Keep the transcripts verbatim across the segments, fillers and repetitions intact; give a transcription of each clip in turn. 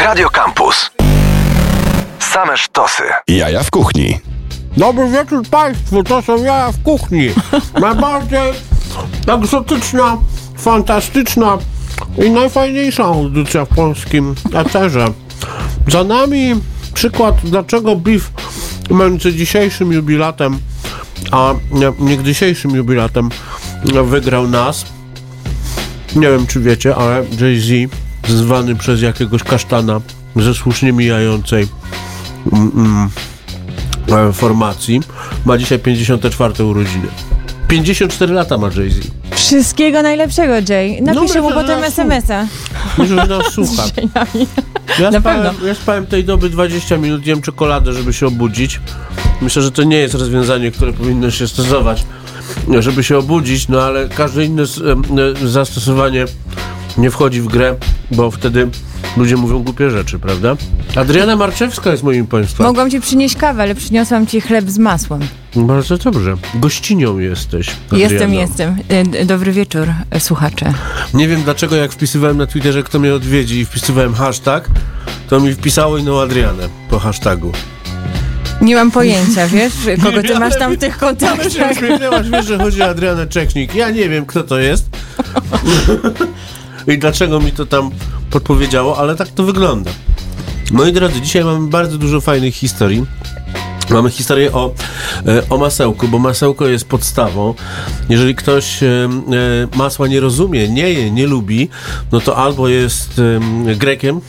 Radio Campus. Same sztosy. Jaja w kuchni. Dobry wieczór Państwu, to są jaja w kuchni. Najbardziej egzotyczna, fantastyczna i najfajniejsza audycja w polskim eterze. Za nami przykład, dlaczego beef między dzisiejszym jubilatem a niegdysiejszym jubilatem wygrał nas. Nie wiem, czy wiecie, ale Jay-Z, zwany przez jakiegoś kasztana ze słusznie mijającej mm, mm, formacji, ma dzisiaj pięćdziesiąte czwarte urodziny. pięćdziesiąt cztery lata ma Jay-Z. Wszystkiego najlepszego, Jay. Napiszę No, mu potem es em es a. Myślę, że nas słucha. Ja Na spałem, pewno. ja spałem tej doby dwadzieścia minut, jem czekoladę, żeby się obudzić. Myślę, że to nie jest rozwiązanie, które powinno się stosować, żeby się obudzić, no ale każde inne zastosowanie nie wchodzi w grę, bo wtedy ludzie mówią głupie rzeczy, prawda? Adriana Marczewska jest moim państwem. Mogłam ci przynieść kawę, ale przyniosłam ci chleb z masłem. Bardzo dobrze. Gościnią jesteś, Adriano. Jestem, jestem. E, Dobry wieczór, e, słuchacze. Nie wiem dlaczego, jak wpisywałem na Twitterze, kto mnie odwiedzi i wpisywałem hashtag, to mi wpisało inną Adrianę po hashtagu. Nie mam pojęcia, wiesz, kogo ty masz tam w tych kontaktach. Ale się uśmiechnęłaś, wiesz, że chodzi o Adrianę Czechnik. Ja nie wiem, kto to jest i dlaczego mi to tam podpowiedziało, ale tak to wygląda. Moi drodzy, dzisiaj mamy bardzo dużo fajnych historii. Mamy historię o, o masełku, bo masełko jest podstawą. Jeżeli ktoś masła nie rozumie, nie je, nie lubi, no to albo jest Grekiem,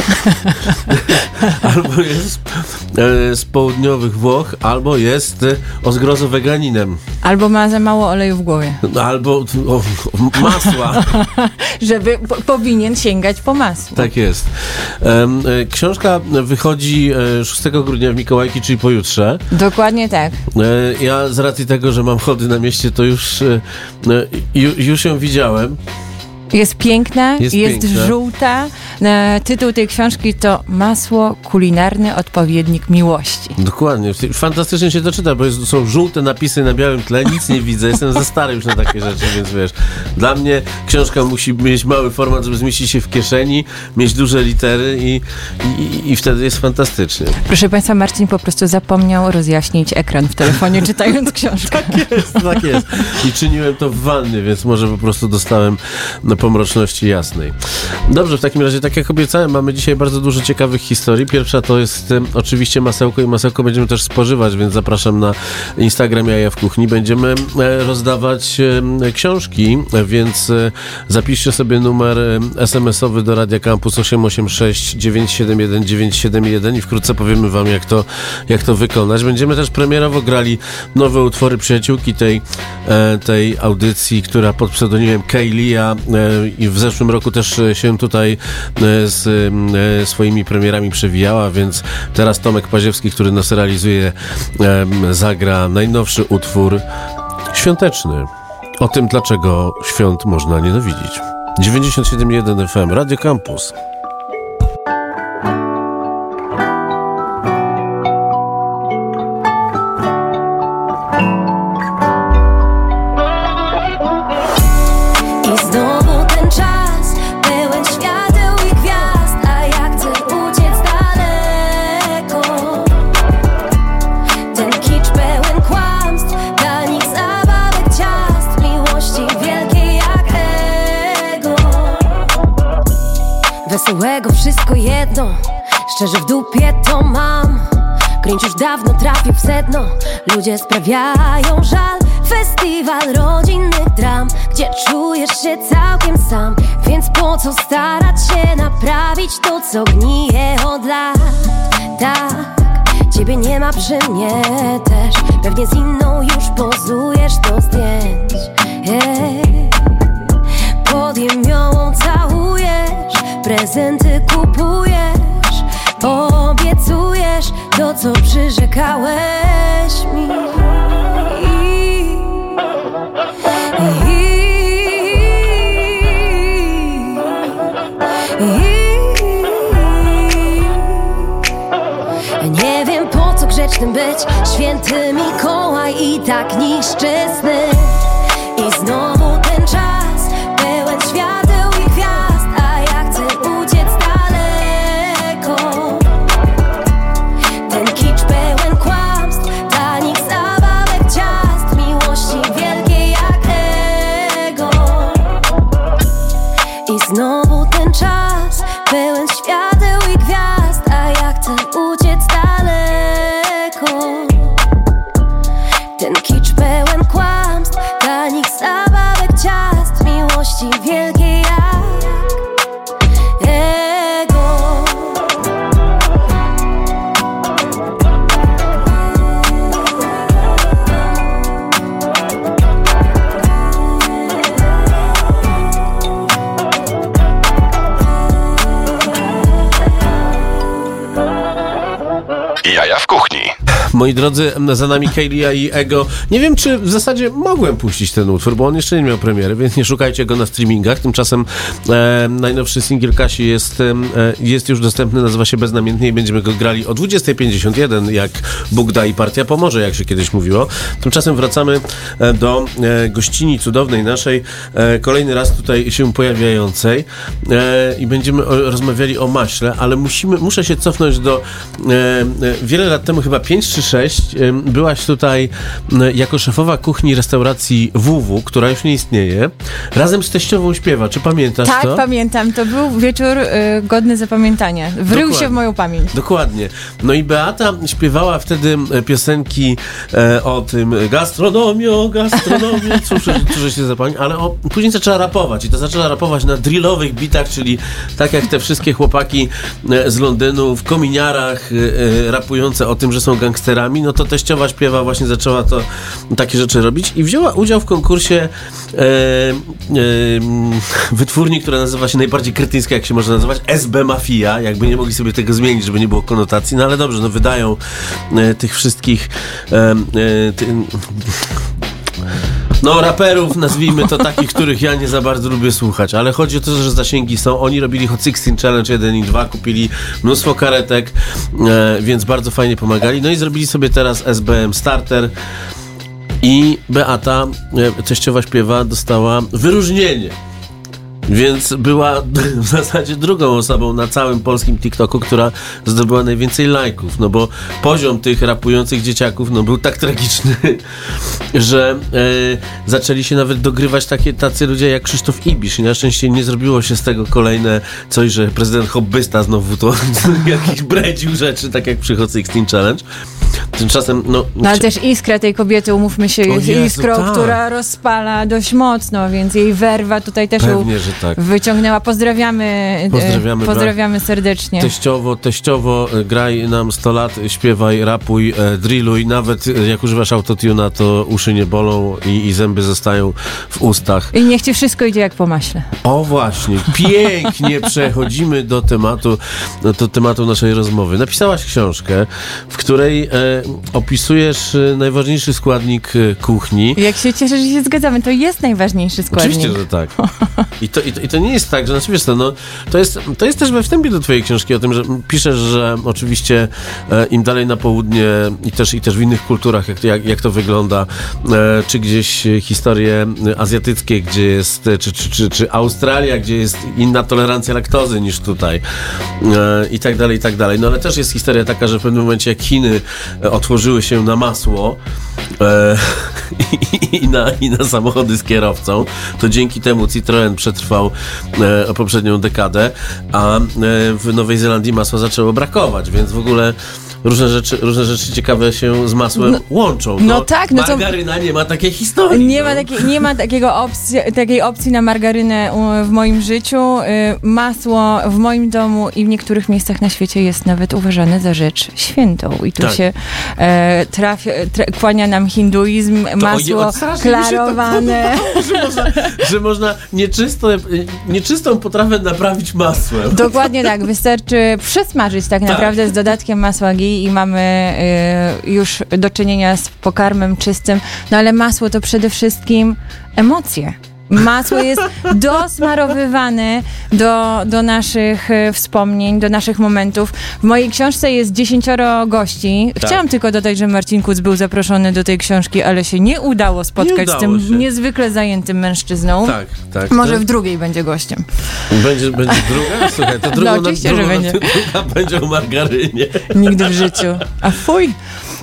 albo jest z południowych Włoch, albo jest o zgrozo weganinem. Albo ma za mało oleju w głowie. Albo o, masła. Żeby po, powinien sięgać po masło. Tak jest. Książka wychodzi szóstego grudnia w Mikołajki, czyli pojutrze. Dokładnie tak. Ja z racji tego, że mam chody na mieście, to już, już ją widziałem. Jest piękna, jest, jest piękna. żółta. Tytuł tej książki to Masło, kulinarny odpowiednik miłości. Dokładnie. Fantastycznie się to czyta, bo jest, są żółte napisy na białym tle, nic nie widzę. Jestem za stary już na takie rzeczy, więc wiesz. Dla mnie książka musi mieć mały format, żeby zmieścić się w kieszeni, mieć duże litery i, i, i wtedy jest fantastycznie. Proszę Państwa, Marcin po prostu zapomniał rozjaśnić ekran w telefonie, czytając książkę. Tak jest, tak jest. I czyniłem to w wannie, więc może po prostu dostałem na pomroczności jasnej. Dobrze, w takim razie, tak jak obiecałem, mamy dzisiaj bardzo dużo ciekawych historii. Pierwsza to jest um, oczywiście masełko i masełko będziemy też spożywać, więc zapraszam na Instagram Jaja w Kuchni. Będziemy e, rozdawać e, książki, e, więc e, zapiszcie sobie numer e, es em es owy do Radia Campus osiem osiem sześć dziewięć siedem jeden dziewięć siedem jeden i wkrótce powiemy wam, jak to, jak to wykonać. Będziemy też premierowo grali nowe utwory przyjaciółki tej, e, tej audycji, która pod pseudonimem Kaylia e, i w zeszłym roku też się tutaj z swoimi premierami przewijała, więc teraz Tomek Paziewski, który nas realizuje, zagra najnowszy utwór świąteczny. O tym, dlaczego świąt można nienawidzić. dziewięćdziesiąt siedem jeden F M, Radio Campus. Wesołego wszystko jedno, szczerze w dupie to mam. Cringe już dawno trafił w sedno, ludzie sprawiają żal. Festiwal rodzinnych dram, gdzie czujesz się całkiem sam. Więc po co starać się naprawić to, co gnije od lat? Tak, ciebie nie ma przy mnie też, pewnie z inną już pozujesz do zdjęć. Hey. Pod jemiołą całujesz, prezenty kupujesz, obiecujesz to, co przyrzekałeś mi. I, i, nie wiem, po co grzecznym być, święty Mikołaj i tak niszczy sny. I znowu ten czas pełen świateł i gwiazd, a ja chcę uciec daleko. świateł i gwiazd, a ja chcę uciec daleko. Ten kicz pełen kłamstw, tanich zabawek, ciast, miłości wielkiej jak ego. Jaja w kuchni. Moi drodzy, za nami Kaylia i Ego. Nie wiem, czy w zasadzie mogłem puścić ten utwór, bo on jeszcze nie miał premiery, więc nie szukajcie go na streamingach. Tymczasem e, najnowszy singiel Kasi jest, e, jest już dostępny, nazywa się Beznamiętnie i będziemy go grali o dwudziesta pięćdziesiąt jeden, jak Bóg da i partia pomoże, jak się kiedyś mówiło. Tymczasem wracamy do e, gościni cudownej naszej, e, kolejny raz tutaj się pojawiającej e, i będziemy o, rozmawiali o maśle, ale musimy, muszę się cofnąć do e, e, wiele lat temu, chyba pięć czy sześć, byłaś tutaj jako szefowa kuchni restauracji W W, która już nie istnieje, razem z teściową śpiewa. Czy pamiętasz tak, to? Tak, pamiętam. To był wieczór y, godny zapamiętania. Wrył Dokładnie. się w moją pamięć. Dokładnie. No i Beata śpiewała wtedy piosenki e, o tym gastronomio, gastronomio, cóż, cóż się zapomni, ale o, później zaczęła rapować i to zaczęła rapować na drillowych bitach, czyli tak jak te wszystkie chłopaki e, z Londynu w kominiarach e, e, rapujące o tym, że są gangsterami, no to teściowa śpiewa właśnie zaczęła to takie rzeczy robić i wzięła udział w konkursie e, e, wytwórni, która nazywa się najbardziej kretyńska, jak się można nazywać, S B Mafia, jakby nie mogli sobie tego zmienić, żeby nie było konotacji, no ale dobrze, no wydają e, tych wszystkich e, e, ty, no raperów, nazwijmy to takich, których ja nie za bardzo lubię słuchać, ale chodzi o to, że zasięgi są. Oni robili Hot szesnaście Challenge jeden i dwa, kupili mnóstwo karetek, e, więc bardzo fajnie pomagali. No i zrobili sobie teraz S B M Starter i Beata, e, teściowa śpiewa, dostała wyróżnienie. Więc była w zasadzie drugą osobą na całym polskim TikToku, która zdobyła najwięcej lajków, no bo poziom tych rapujących dzieciaków no był tak tragiczny, że e, zaczęli się nawet dogrywać takie, tacy ludzie jak Krzysztof Ibisz i na szczęście nie zrobiło się z tego kolejne coś, że prezydent hobbysta znowu to jakiś bredził rzeczy, tak jak przy Hot szesnaście Challenge. Tymczasem, no... No ale też iskra tej kobiety, umówmy się, jest Jezu, iskrą, tak. która rozpala dość mocno, więc jej werwa tutaj też Pewnie, ją że tak. wyciągnęła. Pozdrawiamy, Pozdrawiamy, pozdrawiamy serdecznie. Teściowo, teściowo, graj nam sto lat, śpiewaj, rapuj, e, drilluj, nawet e, jak używasz autotuna, to uszy nie bolą i, i zęby zostają w ustach. I niech ci wszystko idzie jak po maśle. O właśnie, pięknie przechodzimy do tematu, do tematu naszej rozmowy. Napisałaś książkę, w której e, opisujesz e, najważniejszy składnik e, kuchni. Jak się cieszę, że się zgadzamy, to jest najważniejszy składnik. Oczywiście, że tak. I to, i to, i to nie jest tak, że znaczy wiesz co, no, to, jest, to jest też we wstępie do twojej książki o tym, że piszesz, że oczywiście e, im dalej na południe i też, i też w innych kulturach, jak, jak, jak to wygląda, e, czy gdzieś historie azjatyckie, gdzie jest, czy, czy, czy, czy Australia, gdzie jest inna tolerancja laktozy niż tutaj e, i tak dalej, i tak dalej. No ale też jest historia taka, że w pewnym momencie jak Chiny e, otworzyły się na masło e, i, i, na, i na samochody z kierowcą, to dzięki temu Citroen przetrwał e, poprzednią dekadę, a e, w Nowej Zelandii masła zaczęło brakować, więc w ogóle różne rzeczy, różne rzeczy ciekawe się z masłem no, łączą. No, no tak, no margaryna to... nie ma takiej historii. Nie, no. ma, takiej, nie ma takiego opcji, takiej opcji na margarynę w moim życiu. Masło w moim domu i w niektórych miejscach na świecie jest nawet uważane za rzecz świętą. I tu tak. się e, trafia, tra, kłania nam hinduizm, to masło o, klarowane. To, że można, że można nieczysto, nieczystą potrawę naprawić masłem. Dokładnie tak. Wystarczy przesmażyć tak, tak. naprawdę z dodatkiem masła ghee i mamy y, już do czynienia z pokarmem czystym. No ale masło to przede wszystkim emocje. Masło jest dosmarowywane do, do naszych wspomnień, do naszych momentów. W mojej książce jest dziesięcioro gości. Tak. Chciałam tylko dodać, że Marcin Kuc był zaproszony do tej książki, ale się nie udało spotkać nie udało z tym się. niezwykle zajętym mężczyzną. Tak, tak. Może tak. w drugiej będzie gościem. Będzie, będzie druga? Słuchaj, to druga, no, oczywiście, na, że druga, będzie. druga będzie o margarynie. Nigdy w życiu. A fuj!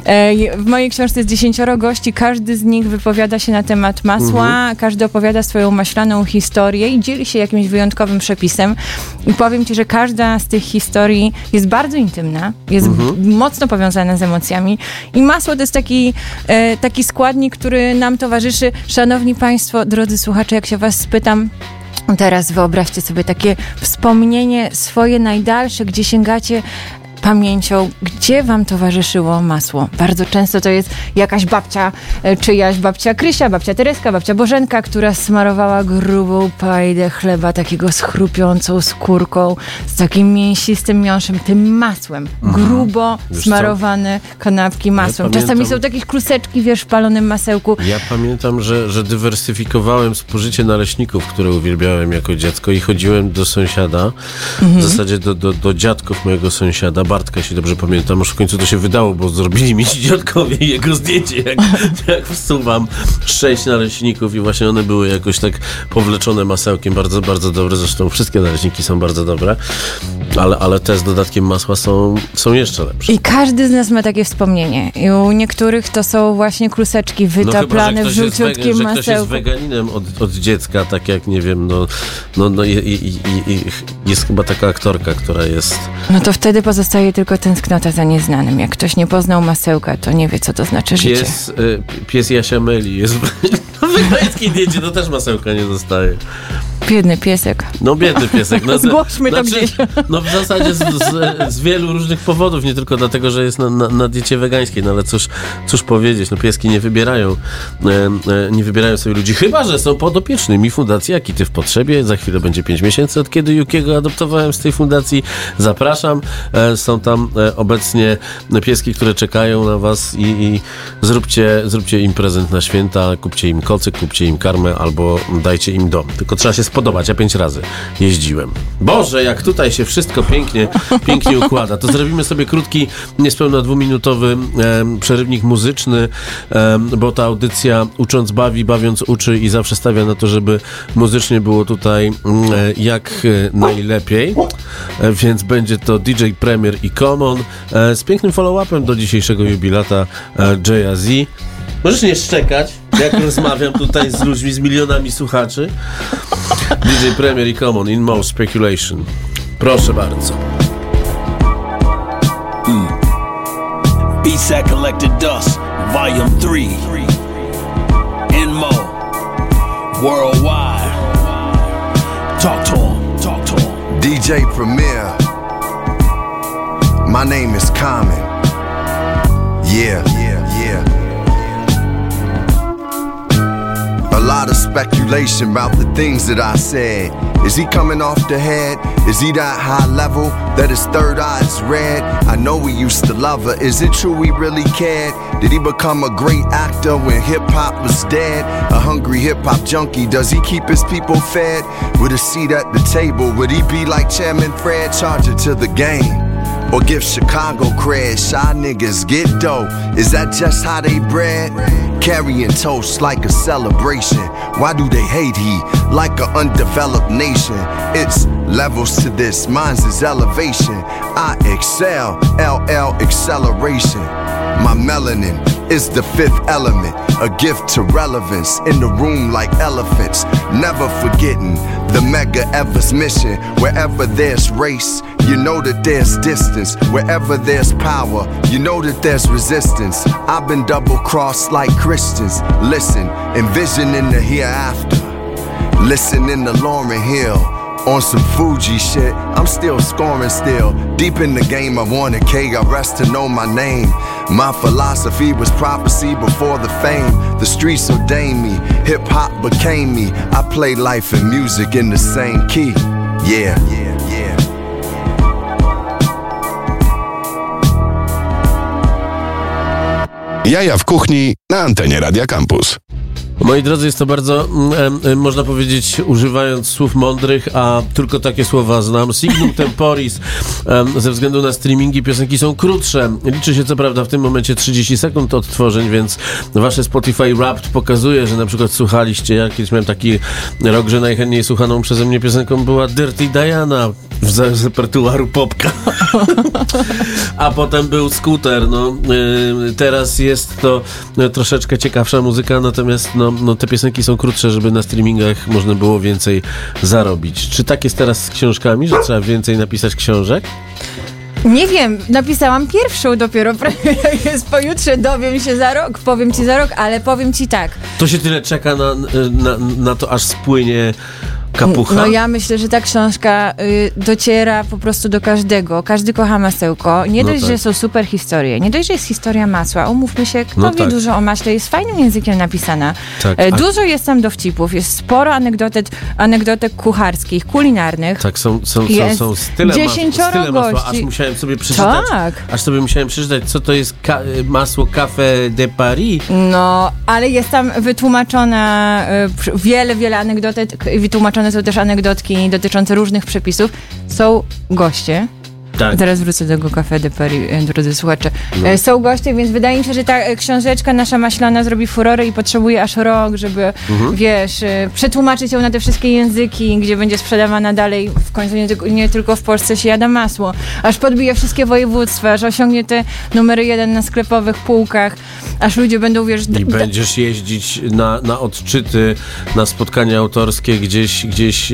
E, w mojej książce jest dziesięcioro gości, każdy z nich wypowiada się na temat masła, mhm. każdy opowiada swoją maślaną historię i dzieli się jakimś wyjątkowym przepisem. I powiem ci, że każda z tych historii jest bardzo intymna, jest mhm. mocno powiązana z emocjami i masło to jest taki, e, taki składnik, który nam towarzyszy. Szanowni Państwo, drodzy słuchacze, jak się was spytam, teraz wyobraźcie sobie takie wspomnienie swoje najdalsze, gdzie sięgacie pamięcią, gdzie wam towarzyszyło masło. Bardzo często to jest jakaś babcia, czyjaś babcia Krysia, babcia Tereska, babcia Bożenka, która smarowała grubą pajdę chleba, takiego z chrupiącą skórką, z takim mięsistym miąższem, tym masłem. Mhm. Grubo wiesz smarowane co? Kanapki masłem. Ja Czasami są takie kluseczki, wiesz, w palonym masełku. Ja pamiętam, że, że dywersyfikowałem spożycie naleśników, które uwielbiałem jako dziecko i chodziłem do sąsiada, mhm. w zasadzie do, do, do dziadków mojego sąsiada, Bartka, jeśli dobrze pamiętam, już w końcu to się wydało, bo zrobili mi ci dziadkowie jego zdjęcie, jak, jak wsuwam sześć naleśników i właśnie one były jakoś tak powleczone masełkiem, bardzo, bardzo dobre, zresztą wszystkie naleśniki są bardzo dobre, ale, ale te z dodatkiem masła są, są jeszcze lepsze. I każdy z nas ma takie wspomnienie. I u niektórych to są właśnie kluseczki wytaplane no, w żółciutkim masełku. Że ktoś jest weganinem od, od dziecka, tak jak, nie wiem, no, no, no i, i, i, i jest chyba taka aktorka, która jest... No to wtedy pozostaje tylko tęsknota za nieznanym. Jak ktoś nie poznał masełka, to nie wie, co to znaczy pies, życie. Y, pies Jasia Meli jest w wegańskiej diecie, to też masełka nie dostaje. Biedny piesek. No biedny piesek. No, Zgłośmy to znaczy, gdzieś. No w zasadzie z, z, z wielu różnych powodów, nie tylko dlatego, że jest na, na, na diecie wegańskiej, no ale cóż, cóż powiedzieć, no pieski nie wybierają e, e, nie wybierają sobie ludzi, chyba że są podopiecznymi Fundacji Akity w Potrzebie. Za chwilę będzie pięć miesięcy od kiedy Jukiego adoptowałem z tej fundacji. Zapraszam. E, są tam e, obecnie pieski, które czekają na was i, i zróbcie, zróbcie im prezent na święta, kupcie im kocyk, kupcie im karmę albo dajcie im dom. Tylko trzeba się spodobać. Ja pięć razy jeździłem. Boże, jak tutaj się wszystko pięknie, pięknie układa. To zrobimy sobie krótki, niespełna dwuminutowy e, przerywnik muzyczny, e, bo ta audycja Ucząc bawi, bawiąc uczy i zawsze stawia na to, żeby muzycznie było tutaj e, jak e, najlepiej. E, więc będzie to D J Premier i Common e, z pięknym follow-upem do dzisiejszego jubilata e, Jay Z. Możesz nie szczekać, jak rozmawiam tutaj z ludźmi, z milionami słuchaczy. D J Premier i Common, In More Speculation. Proszę bardzo. Mm. Beats that collected dust, volume three. In More, worldwide. Talk to him, talk to him. D J Premier. My name is Common. Yeah, yeah, yeah. A lot of speculation about the things that I said. Is he coming off the head? Is he that high level that his third eye is red? I know we used to love her. Is it true we really cared? Did he become a great actor when hip-hop was dead? A hungry hip-hop junkie, does he keep his people fed? With a seat at the table, would he be like Chairman Fred? Charge it to the game, or give Chicago cred? Shy niggas get dough, is that just how they bred? Carrying toast like a celebration. Why do they hate he like an undeveloped nation? It's levels to this, mine's is elevation. I excel, L L acceleration. My melanin is the fifth element, a gift to relevance. In the room like elephants, never forgetting the Mega Everest mission. Wherever there's race, you know that there's distance. Wherever there's power, you know that there's resistance. I've been double-crossed like Christians. Listen, envisioning the hereafter. Listening to Lauryn Hill on some Fuji shit. I'm still scoring still. Deep in the game, I wanted K R S to know my name. My philosophy was prophecy before the fame. The streets ordained me, hip-hop became me. I play life and music in the same key. Yeah, yeah, yeah. Jaja w kuchni na antenie Radia Campus. Moi drodzy, jest to bardzo, mm, e, można powiedzieć, używając słów mądrych, a tylko takie słowa znam. Signum temporis. E, ze względu na streamingi piosenki są krótsze. Liczy się co prawda w tym momencie trzydzieści sekund odtworzeń, więc wasze Spotify Wrapped pokazuje, że na przykład słuchaliście, jak kiedyś miałem taki rok, że najchętniej słuchaną przeze mnie piosenką była Dirty Diana z, z repertuaru Popka. A potem był Scooter. No, y, teraz jest to y, troszeczkę ciekawsza muzyka, natomiast no, no, te piosenki są krótsze, żeby na streamingach można było więcej zarobić. Czy tak jest teraz z książkami, że trzeba więcej napisać książek? Nie wiem, napisałam pierwszą dopiero, jest pojutrze, dowiem się za rok, powiem ci za rok, ale powiem ci tak. To się tyle czeka na, na, na to, aż spłynie kapucha? No ja myślę, że ta książka y, dociera po prostu do każdego. Każdy kocha masełko. Nie No dość, tak. że są super historie. Nie dość, że jest historia masła. Umówmy się, kto No wie tak. dużo o maśle. Jest fajnym językiem napisana. Tak, E, a- Dużo jest tam dowcipów. Jest sporo anegdotek, anegdotek kucharskich, kulinarnych. Tak, są, są, są, Jest są style, dziesięcioro masła, style masła, aż gości. musiałem sobie przeczytać, Tak. aż sobie musiałem przeczytać, co to jest ka- masło Café de Paris. No, ale jest tam wytłumaczona y, przy- wiele, wiele anegdotek. Wytłumaczone są też anegdotki dotyczące różnych przepisów. Są goście. Tak. Zaraz wrócę do tego Café de Paris, e, drodzy słuchacze. No. E, Są goście, więc wydaje mi się, że ta e, książeczka nasza maślana zrobi furorę i potrzebuje aż rok, żeby, Mhm. wiesz, e, przetłumaczyć ją na te wszystkie języki, gdzie będzie sprzedawana dalej. W końcu nie, tylko- nie tylko w Polsce się jada masło. Aż podbije wszystkie województwa, aż osiągnie te numery jeden na sklepowych półkach, aż ludzie będą, wiesz... d- I d- będziesz jeździć na, na odczyty, na spotkania autorskie gdzieś, gdzieś e,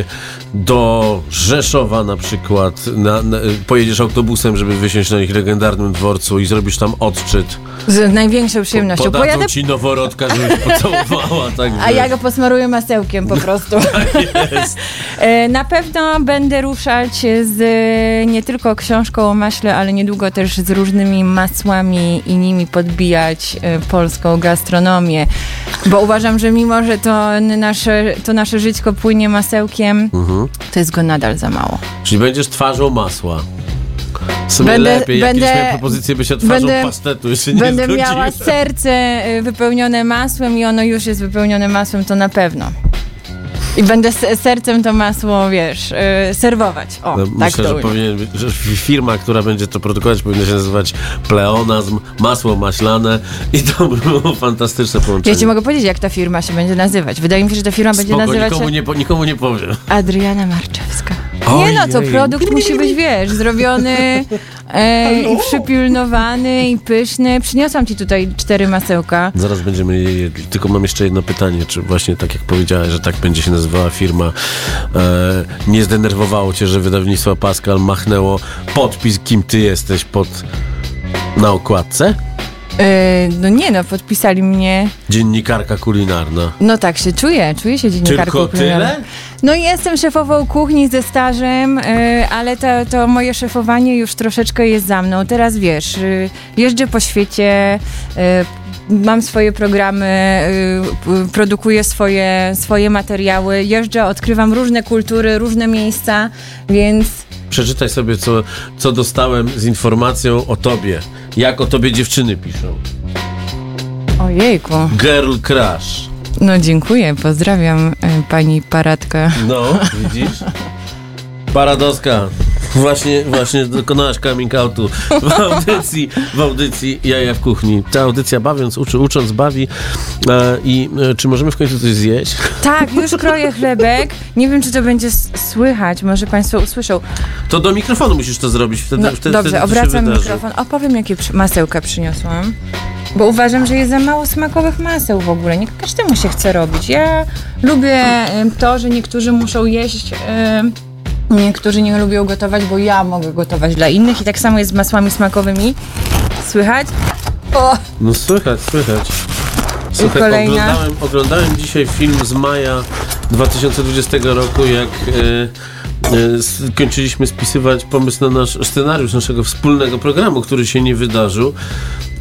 do Rzeszowa na przykład. Na, na, pojedziesz autobusem, żeby wysiąść na ich legendarnym dworcu i zrobisz tam odczyt. Z największą przyjemnością. Podadzą Pojadę, ci noworodka, żebyś pocałowała. Tak a wiesz. ja go posmaruję masełkiem po prostu. Jest. E, Na pewno będę ruszać z e, nie tylko książką o maśle, ale niedługo też z różnymi masłami i nimi podbijać e, polską gastronomię. Bo uważam, że mimo, że to nasze, to nasze żyćko płynie masełkiem, Mhm. to jest go nadal za mało. Czyli będziesz twarzą masła. W sumie Będę- lepiej. Jakieś będę- miałem propozycję bycia twarzą będę- pasztetu. Jeszcze nie Będę zgodziłem. miała serce y, wypełnione masłem i ono już jest wypełnione masłem, to na pewno. I będę s- sercem to masło, wiesz, y, serwować. O, No, tak myślę, to że ujmę. powinien być, że firma, która będzie to produkować, powinna się nazywać Pleonazm, masło maślane i to by było fantastyczne połączenie. Ja ci mogę powiedzieć, jak ta firma się będzie nazywać. Wydaje mi się, że ta firma będzie Spoko, nazywać nikomu się nie, po- nikomu nie powiem. Adriana Marczewska. Nie no, to Ojej. produkt musi być, wiesz, zrobiony e, i przypilnowany i pyszny. Przyniosłam ci tutaj cztery masełka. Zaraz będziemy je jedli. Tylko mam jeszcze jedno pytanie, czy właśnie tak jak powiedziałeś, że tak będzie się nazywała firma, e, nie zdenerwowało cię, że wydawnictwo Pascal machnęło podpis, kim ty jesteś pod na okładce? E, no nie no, podpisali mnie. Dziennikarka kulinarna. No tak się czuję, czuję się dziennikarką. Tylko kulinarną. tyle? No jestem szefową kuchni ze stażem, y, ale to, to moje szefowanie już troszeczkę jest za mną. Teraz wiesz, y, jeżdżę po świecie, y, mam swoje programy, y, y, produkuję swoje, swoje materiały, jeżdżę, odkrywam różne kultury, różne miejsca, więc Przeczytaj sobie, co, co dostałem z informacją o tobie. Jak o tobie dziewczyny piszą. ojejku. Girl crush. No dziękuję, pozdrawiam y, pani Paradkę. No, widzisz? Paradoska. Właśnie, właśnie dokonałaś coming outu w audycji, w audycji Jaja w kuchni. Ta audycja bawiąc, uczy, ucząc, bawi. E, I e, czy możemy w końcu coś zjeść? Tak, już kroję chlebek. Nie wiem, czy to będzie s- słychać, może państwo usłyszą. To do mikrofonu musisz to zrobić. Wtedy, No, wtedy, dobrze, wtedy to się obracam wydarzy. mikrofon. Opowiem, jakie przy- masełka przyniosłam. Bo uważam, że jest za mało smakowych maseł w ogóle. Nie każdemu się chce robić. Ja lubię em, to, że niektórzy muszą jeść, em, niektórzy nie lubią gotować, bo ja mogę gotować dla innych. I tak samo jest z masłami smakowymi. Słychać? O! No słychać, słychać. Słuchaj, kolejna. oglądałem, oglądałem dzisiaj film z maja dwa tysiące dwudziestego roku, jak e, e, skończyliśmy spisywać pomysł na nasz scenariusz naszego wspólnego programu, który się nie wydarzył.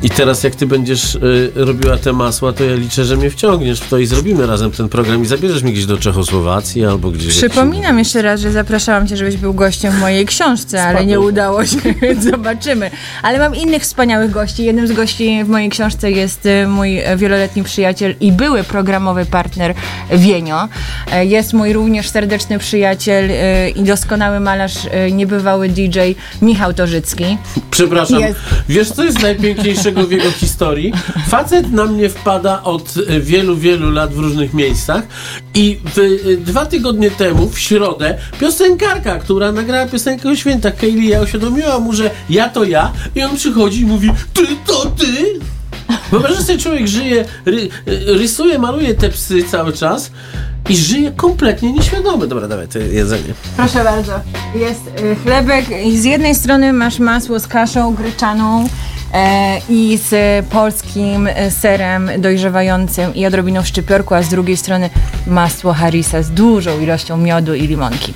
I teraz jak ty będziesz y, robiła te masła, to ja liczę, że mnie wciągniesz w to i zrobimy razem ten program i zabierzesz mnie gdzieś do Czechosłowacji albo gdzieś... Przypominam jeszcze raz, że zapraszałam cię, żebyś był gościem w mojej książce, ale nie udało się, więc zobaczymy. Ale mam innych wspaniałych gości. Jednym z gości w mojej książce jest y, mój wieloletni przyjaciel i były programowy partner Wienio. Y, jest mój również serdeczny przyjaciel y, i doskonały malarz, y, niebywały D J Michał Torzycki. Przepraszam, Jest. wiesz co jest najpiękniejszego w jego historii? Facet na mnie wpada od y, wielu, wielu lat w różnych miejscach i w, y, dwa tygodnie temu, w środę, piosenkarka, która nagrała piosenkę o świętach, Kaylia, uświadomiła mu, że ja to ja i on przychodzi i mówi, ty to ty? Wyobraź sobie, człowiek żyje, ry, rysuje, maluje te psy cały czas i żyje kompletnie nieświadomy. Dobra, dawaj, to jedzenie. Proszę bardzo. Jest y, chlebek i z jednej strony masz masło z kaszą gryczaną e, i z e, polskim e, serem dojrzewającym i odrobiną szczypiorku, a z drugiej strony masło Harisa z dużą ilością miodu i limonki.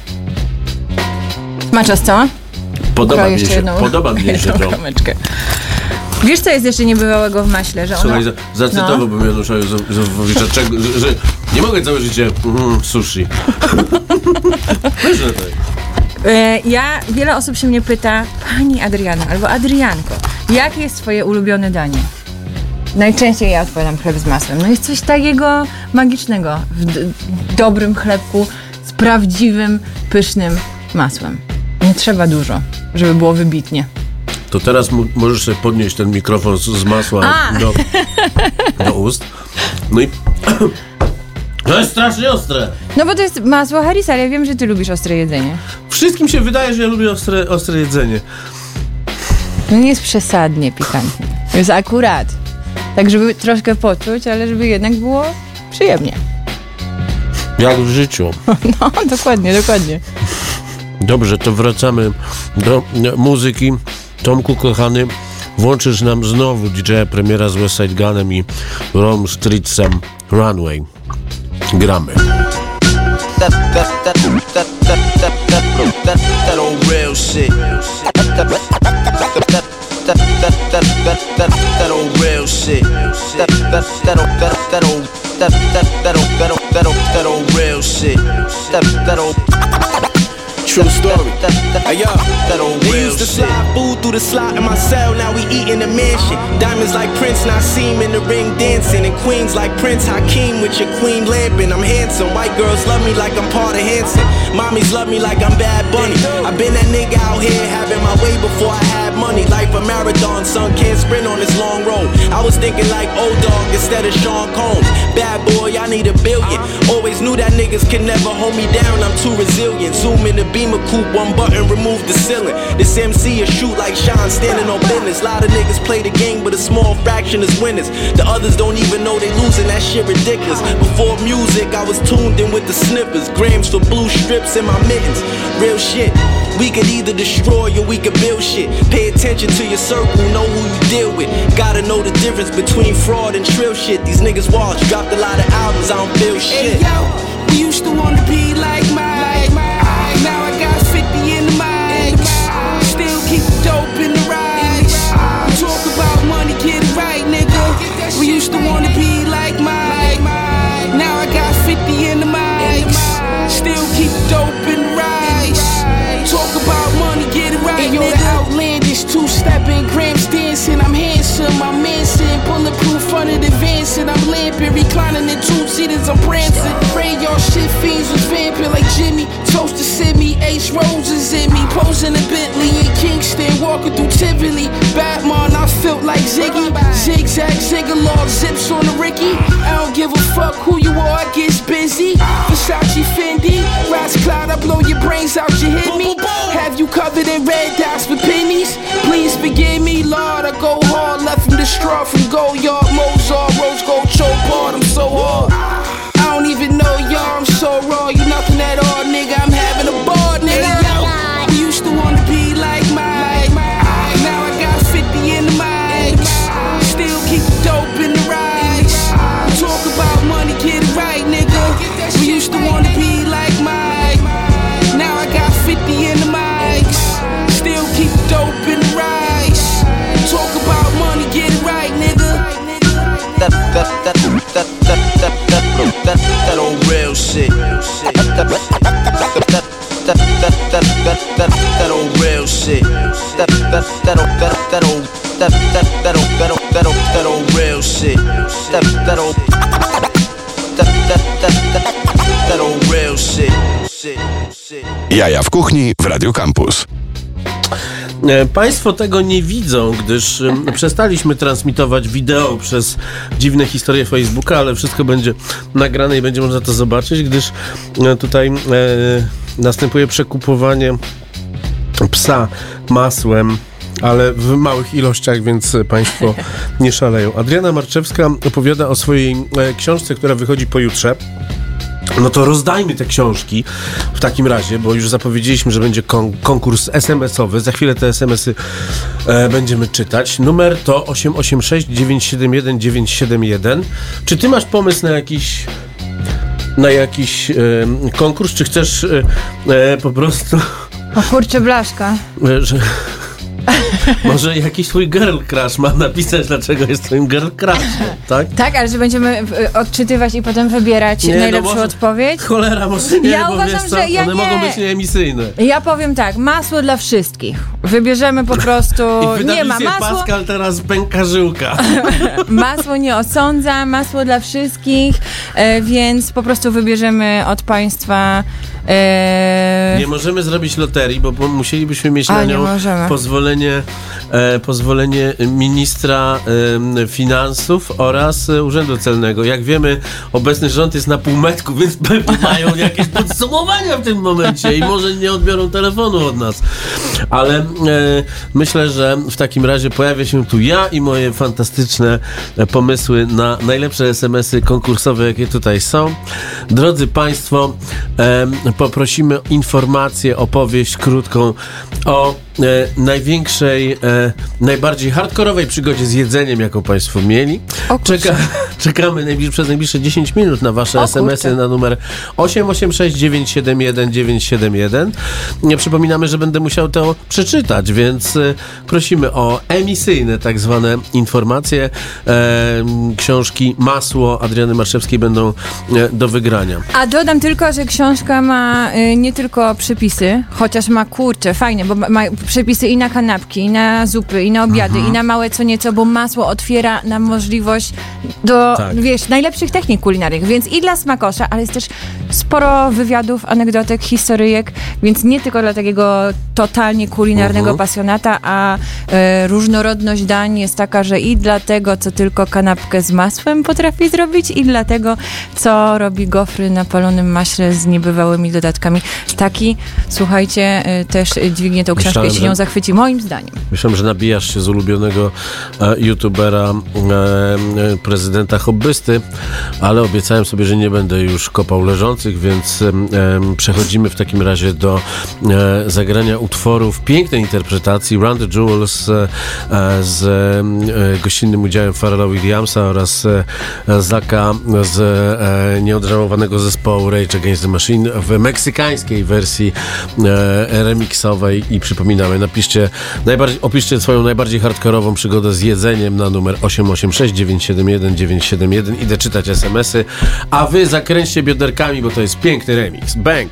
Maczasz co? Podoba Ukroję mi jeszcze się, jedną- podoba mi się jedną to. kromeczkę. Wiesz, co jest jeszcze niebywałego w maśle? Że Słuchaj, ono... za, zacytowałbym no. Janusza Józefowicza, czego, że, że nie mogę całe życie mm, sushi. Wiesz, że tak. E, Ja, wiele osób się mnie pyta, pani Adriana albo Adrianko, jakie jest twoje ulubione danie? Najczęściej ja odpowiadam chleb z masłem. No jest coś takiego magicznego w d- dobrym chlebku z prawdziwym, pysznym masłem. Nie trzeba dużo, żeby było wybitnie. To teraz mu, możesz sobie podnieść ten mikrofon z, z masła A. do, do ust. No i... To jest strasznie ostre. No bo to jest masło Harisa, ale ja wiem, że ty lubisz ostre jedzenie. Wszystkim się wydaje, że ja lubię ostre, ostre jedzenie. No nie jest przesadnie pikantnie. Jest akurat. Tak, żeby troszkę poczuć, ale żeby jednak było przyjemnie. Jak w życiu. No, dokładnie, dokładnie. Dobrze, to wracamy do e, muzyki. Tomku, kochany, włączysz nam znowu D J premiera z West Side Gunem i Rome Streetsem Runway. Gramy. That, that, that, that, that, that, that, that, that, that old real shit. That, that, that, that, that, that, that, that, that, that old real shit. That, that, that, old, that, that old, that, that, that old, that old, that old, that old real shit. That, that old. True story. Hey yo, they used to slide food through the slot in my cell. Now we eat in the mansion. Diamonds like Prince, not seem in the ring dancing. And queens like Prince Hakeem with your queen lamping. I'm handsome. White girls love me like I'm part of Hanson. Mommies love me like I'm Bad Bunny. I've been that nigga out here having my way before I had money. Life a marathon, son can't sprint on this long road. I was thinking like old dog instead of Sean Combs. Bad boy, I need a billion. Always knew that niggas can never hold me down. I'm too resilient. Zoom in the beam. A coupe, one button, remove the ceiling. This M C is shoot like Sean standing on business. Lot of niggas play the game, but a small fraction is winners. The others don't even know they losing, that shit ridiculous. Before music, I was tuned in with the snippers. Grams for blue strips in my mittens. Real shit. We could either destroy or we could build shit. Pay attention to your circle, know who you deal with. Gotta know the difference between fraud and trill shit. These niggas watch, dropped a lot of albums, I don't feel shit. Hey yo, we used to wanna be like Mike. Now I got fifty in the mic. Still keep the dope in the rice. Talk about money, get it right, nigga. We used to wanna be like Mike. Now I got fifty in the mic. Still keep the dope in the rice. Talk about money, get it right, nigga. Yo, the outlandish two-stepping, grams dancing. I'm handsome, I'm Manson. Bulletproof under the Vanson. I'm lamping, reclining in two-seaters, I'm prancing. Pray y'all shit fiends was vamping like Jimmy. Toast to Sydney, Ace Roses in me. Posing a Bentley in Kingston, walking through Tivoli. Batman, I felt like Ziggy. Zigzag, ziggalog, zips on the Ricky. I don't give a fuck who you are, I get busy. Versace, Fendi, Ras Cloud, I blow your brains out, you hit me. Have you covered in red dots with pennies? Please forgive me, Lord, I go hard. Left from the straw, from Gold Yard, Mozart, Rose Gold, choke hard, I'm so hard. I don't even know y'all, I'm so raw. You nothing at all, nigga, I'm having a ball, nigga. We used to wanna be like Mike. Now I got fifty in the mic. Still keep the dope in the rice. Talk about money, get it right, nigga. We used to wanna be like Mike. Now I got fifty in the mic. Still keep the dope in the rice. Talk about money, get it right. that that old that that old that that that old that old that old that old real shit. That that old that that that that that old real shit. Shit shit. Jaja w kuchni w Radio Campus. Państwo tego nie widzą, gdyż um, przestaliśmy transmitować wideo przez dziwne historie Facebooka, ale wszystko będzie nagrane i będzie można to zobaczyć, gdyż e, tutaj e, następuje przekupowanie psa masłem, ale w małych ilościach, więc Państwo nie szaleją. Adriana Marczewska opowiada o swojej e, książce, która wychodzi pojutrze. No to rozdajmy te książki w takim razie, bo już zapowiedzieliśmy, że będzie kon- konkurs es em esowy. Za chwilę te es em esy e, będziemy czytać. Numer to osiem osiem sześć dziewięć siedem jeden dziewięć siedem jeden. Czy ty masz pomysł na jakiś na jakiś e, konkurs, czy chcesz e, e, po prostu... O kurczę, blaszka. E, że... Może jakiś twój girl crush ma napisać, dlaczego jest twoim girl crushem, tak? Tak, ale że będziemy y, odczytywać i potem wybierać Nie, najlepszą no może, odpowiedź? Cholera, może nie, Ja bo uważam, wiesz co, że ja one nie. mogą być nieemisyjne. Ja powiem tak, masło dla wszystkich. Wybierzemy po prostu, I nie ma wydawnictwie masło, Pascal teraz pęka żyłka. masło nie osądza, masło dla wszystkich, e, więc po prostu wybierzemy od państwa e, Nie możemy zrobić loterii, bo, bo musielibyśmy mieć A, na nie nią możemy. pozwolenie, e, pozwolenie ministra e, finansów oraz e, Urzędu Celnego. Jak wiemy, obecny rząd jest na półmetku, więc pewnie mają jakieś podsumowania w tym momencie i może nie odbiorą telefonu od nas. Ale e, myślę, że w takim razie pojawia się tu ja i moje fantastyczne e, pomysły na najlepsze es em esy konkursowe, jakie tutaj są. Drodzy Państwo, e, poprosimy o informację, opowieść krótką o e, największej, e, najbardziej hardkorowej przygodzie z jedzeniem, jaką Państwo mieli. Czeka, czekamy najbliż, przez najbliższe dziesięć minut na Wasze O es em esy kurczę. na numer osiem osiem sześć dziewięć siedem jeden dziewięć siedem jeden. Nie przypominamy, że będę musiał to przeczytać, więc e, prosimy o emisyjne tak zwane informacje. E, książki Masło Adriany Marczewskiej będą e, do wygrania. A dodam tylko, że książka ma y, nie tylko przepisy, chociaż ma kurczę, fajnie, bo ma, ma przepisy i na kanapki, i na zupy, i na obiady, i na małe co nieco, bo masło otwiera nam możliwość do, Tak. wiesz, najlepszych technik kulinarnych, więc i dla smakosza, ale jest też sporo wywiadów, anegdotek, historyjek, więc nie tylko dla takiego totalnie kulinarnego Mhm. pasjonata, a y, różnorodność dań jest taka, że i dla tego, co tylko kanapkę z masłem potrafi zrobić, i dla tego, co robi gofry na palonym maśle z niebywałymi dodatkami. Taki, słuchajcie, y, też dźwignie tą książkę, Myślałem, jeśli że- ją zachwyci, moim zdaniem. Myślałem, że nabijasz się z ulubionego e, youtubera, e, e, prezydenta hobbysty, ale obiecałem sobie, że nie będę już kopał leżących, więc e, e, przechodzimy w takim razie do e, zagrania utworów pięknej interpretacji Run the Jewels e, e, z e, gościnnym udziałem Pharrella Williamsa oraz e, Zaka z e, nieodżałowanego zespołu Rage Against the Machine w meksykańskiej wersji e, remiksowej i przypominamy, napiszcie najbardziej, opiszcie swoją najbardziej hardkorową przygodę z jedzeniem na numer osiem osiem sześć dziewięć siedem jeden dziewięć siedem jeden. Idę czytać es em esy, a wy zakręćcie bioderkami, bo to jest piękny remix. Bang!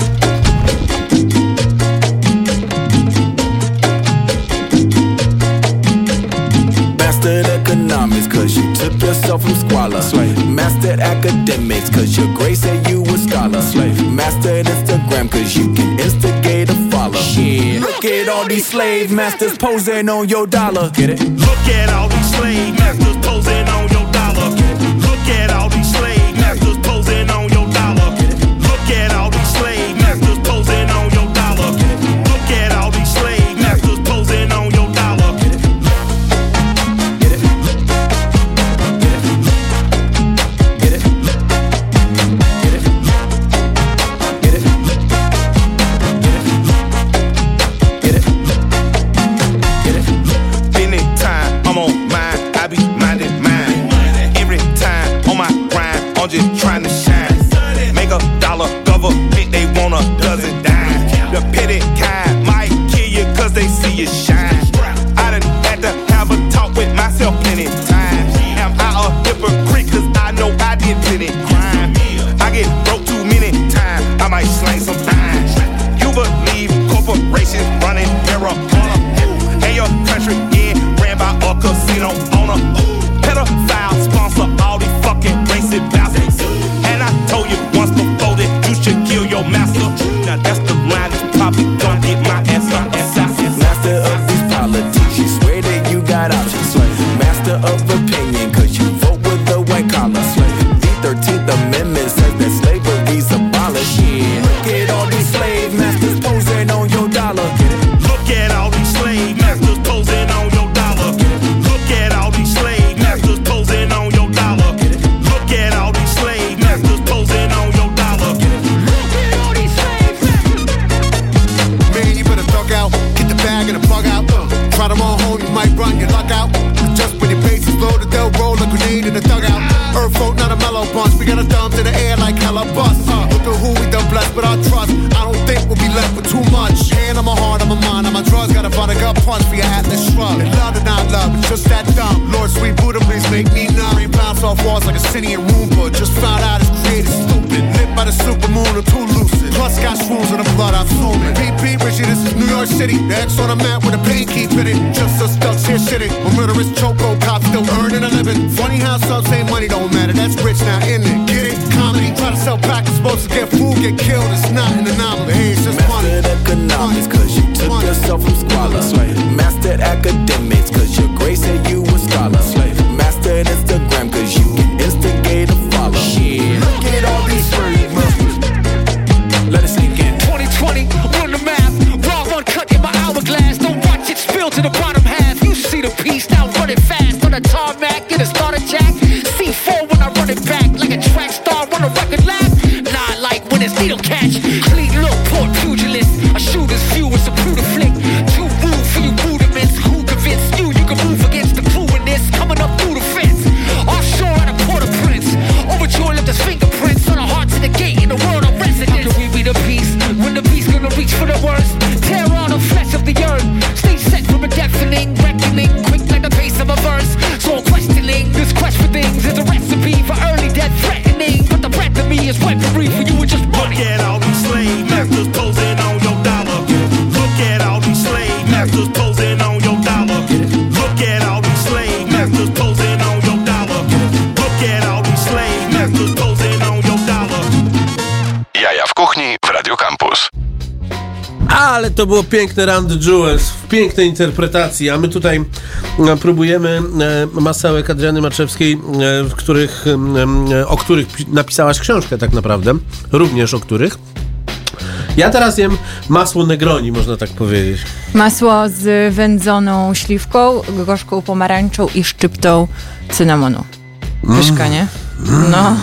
Mastered economics, cause you took yourself from squalor. Slave. Mastered academics, cause your grace said you a scholar. Slave. Mastered Instagram, cause you can instigate a follow. Shit. Look at all these slave masters posing on your dollar. Get it? Look at all these slave masters posing on your dollar. Look at all these slave masters posing on your dollar. Look at all these slave masters posing on your dollar. Look at all these slave masters posing on your dollar. Get it? Get it? Get it? Get it? Get it? Get it? Get it? Anytime I'm on mine, I be minding mine. Every time on my grind, I'm just trying to shine. run your luck out. Just when your base is loaded, they'll roll a grenade in the dugout. Earth folk, not a mellow bunch. We got our thumbs in the air like hella bust. Uh, look at who we done blessed with our trust. I don't think we'll be left with too much. Hand on my heart, on my mind, on my drugs. Got a vodka punch for your Atlas shrug. And love or not love, it's just that dumb. Lord, sweet Buddha, please make me numb. Rain bounce off walls like a city in Roomba. Just found out it's created stupid. Lit by the supermoon or too lucid. Plus got swoons in the blood, I'm fuming. Beep, beep, Richie, this is New York City. The X on the map with a pain keep in it. Just us ducks here shitting. A murderous choco cops still earning a living. Funny how some say money don't matter. That's rich now, isn't it? Get it? Comedy, try to sell packers, supposed to get food, get killed. It's not an anomaly. Hey, it's just money. Mastered economics, cause you took money. yourself from squalor. Mastered academics, cause your grace said you a scholar. Mastered Instagram, cause you can instigate a follow. Shit. Look at all these free Let it sink in. twenty twenty, run the math. Raw one cut in my hourglass. Don't watch it spill to the bottom half. You see the piece, now run it fast. On the tarmac, get a starter jack. C four when I run it back. Like a track star, run a record lap. Nah, like when it's needle catch. Clean look, port pugilist. A shooter's view is a brutal flick. Too rude for you rudiments. Who convinced you you can move against the crew in this? Coming up through the fence. Offshore at a Port-au-Prince. Overjoyed left his fingerprints on the hearts of the gate in the world of residence. Can we be the peace? When the beast gonna reach for the worst? Tear on the flesh of the earth. Stay set from a deafening reckoning. Quick like the pace of a verse. So I'm questioning this quest for things is a recipe for early death threatening. But the breath of me is weaponry for you and just money. Look at all these slave masters posing on your dollar. Look at all these slave masters posing on your dollar. Look at all these slave masters posing on your dollar. Look at all these slave masters posing on your dollar. Jaja w kuchni w Radio Campus. Ale to było piękne Run the Jewels w pięknej interpretacji, a my tutaj e, próbujemy e, masełek Adriany Maczewskiej, e, w których, e, o których napisałaś książkę tak naprawdę, również o których. Ja teraz jem masło Negroni, można tak powiedzieć. Masło z wędzoną śliwką, gorzką pomarańczą i szczyptą cynamonu. Pyszka, nie? No.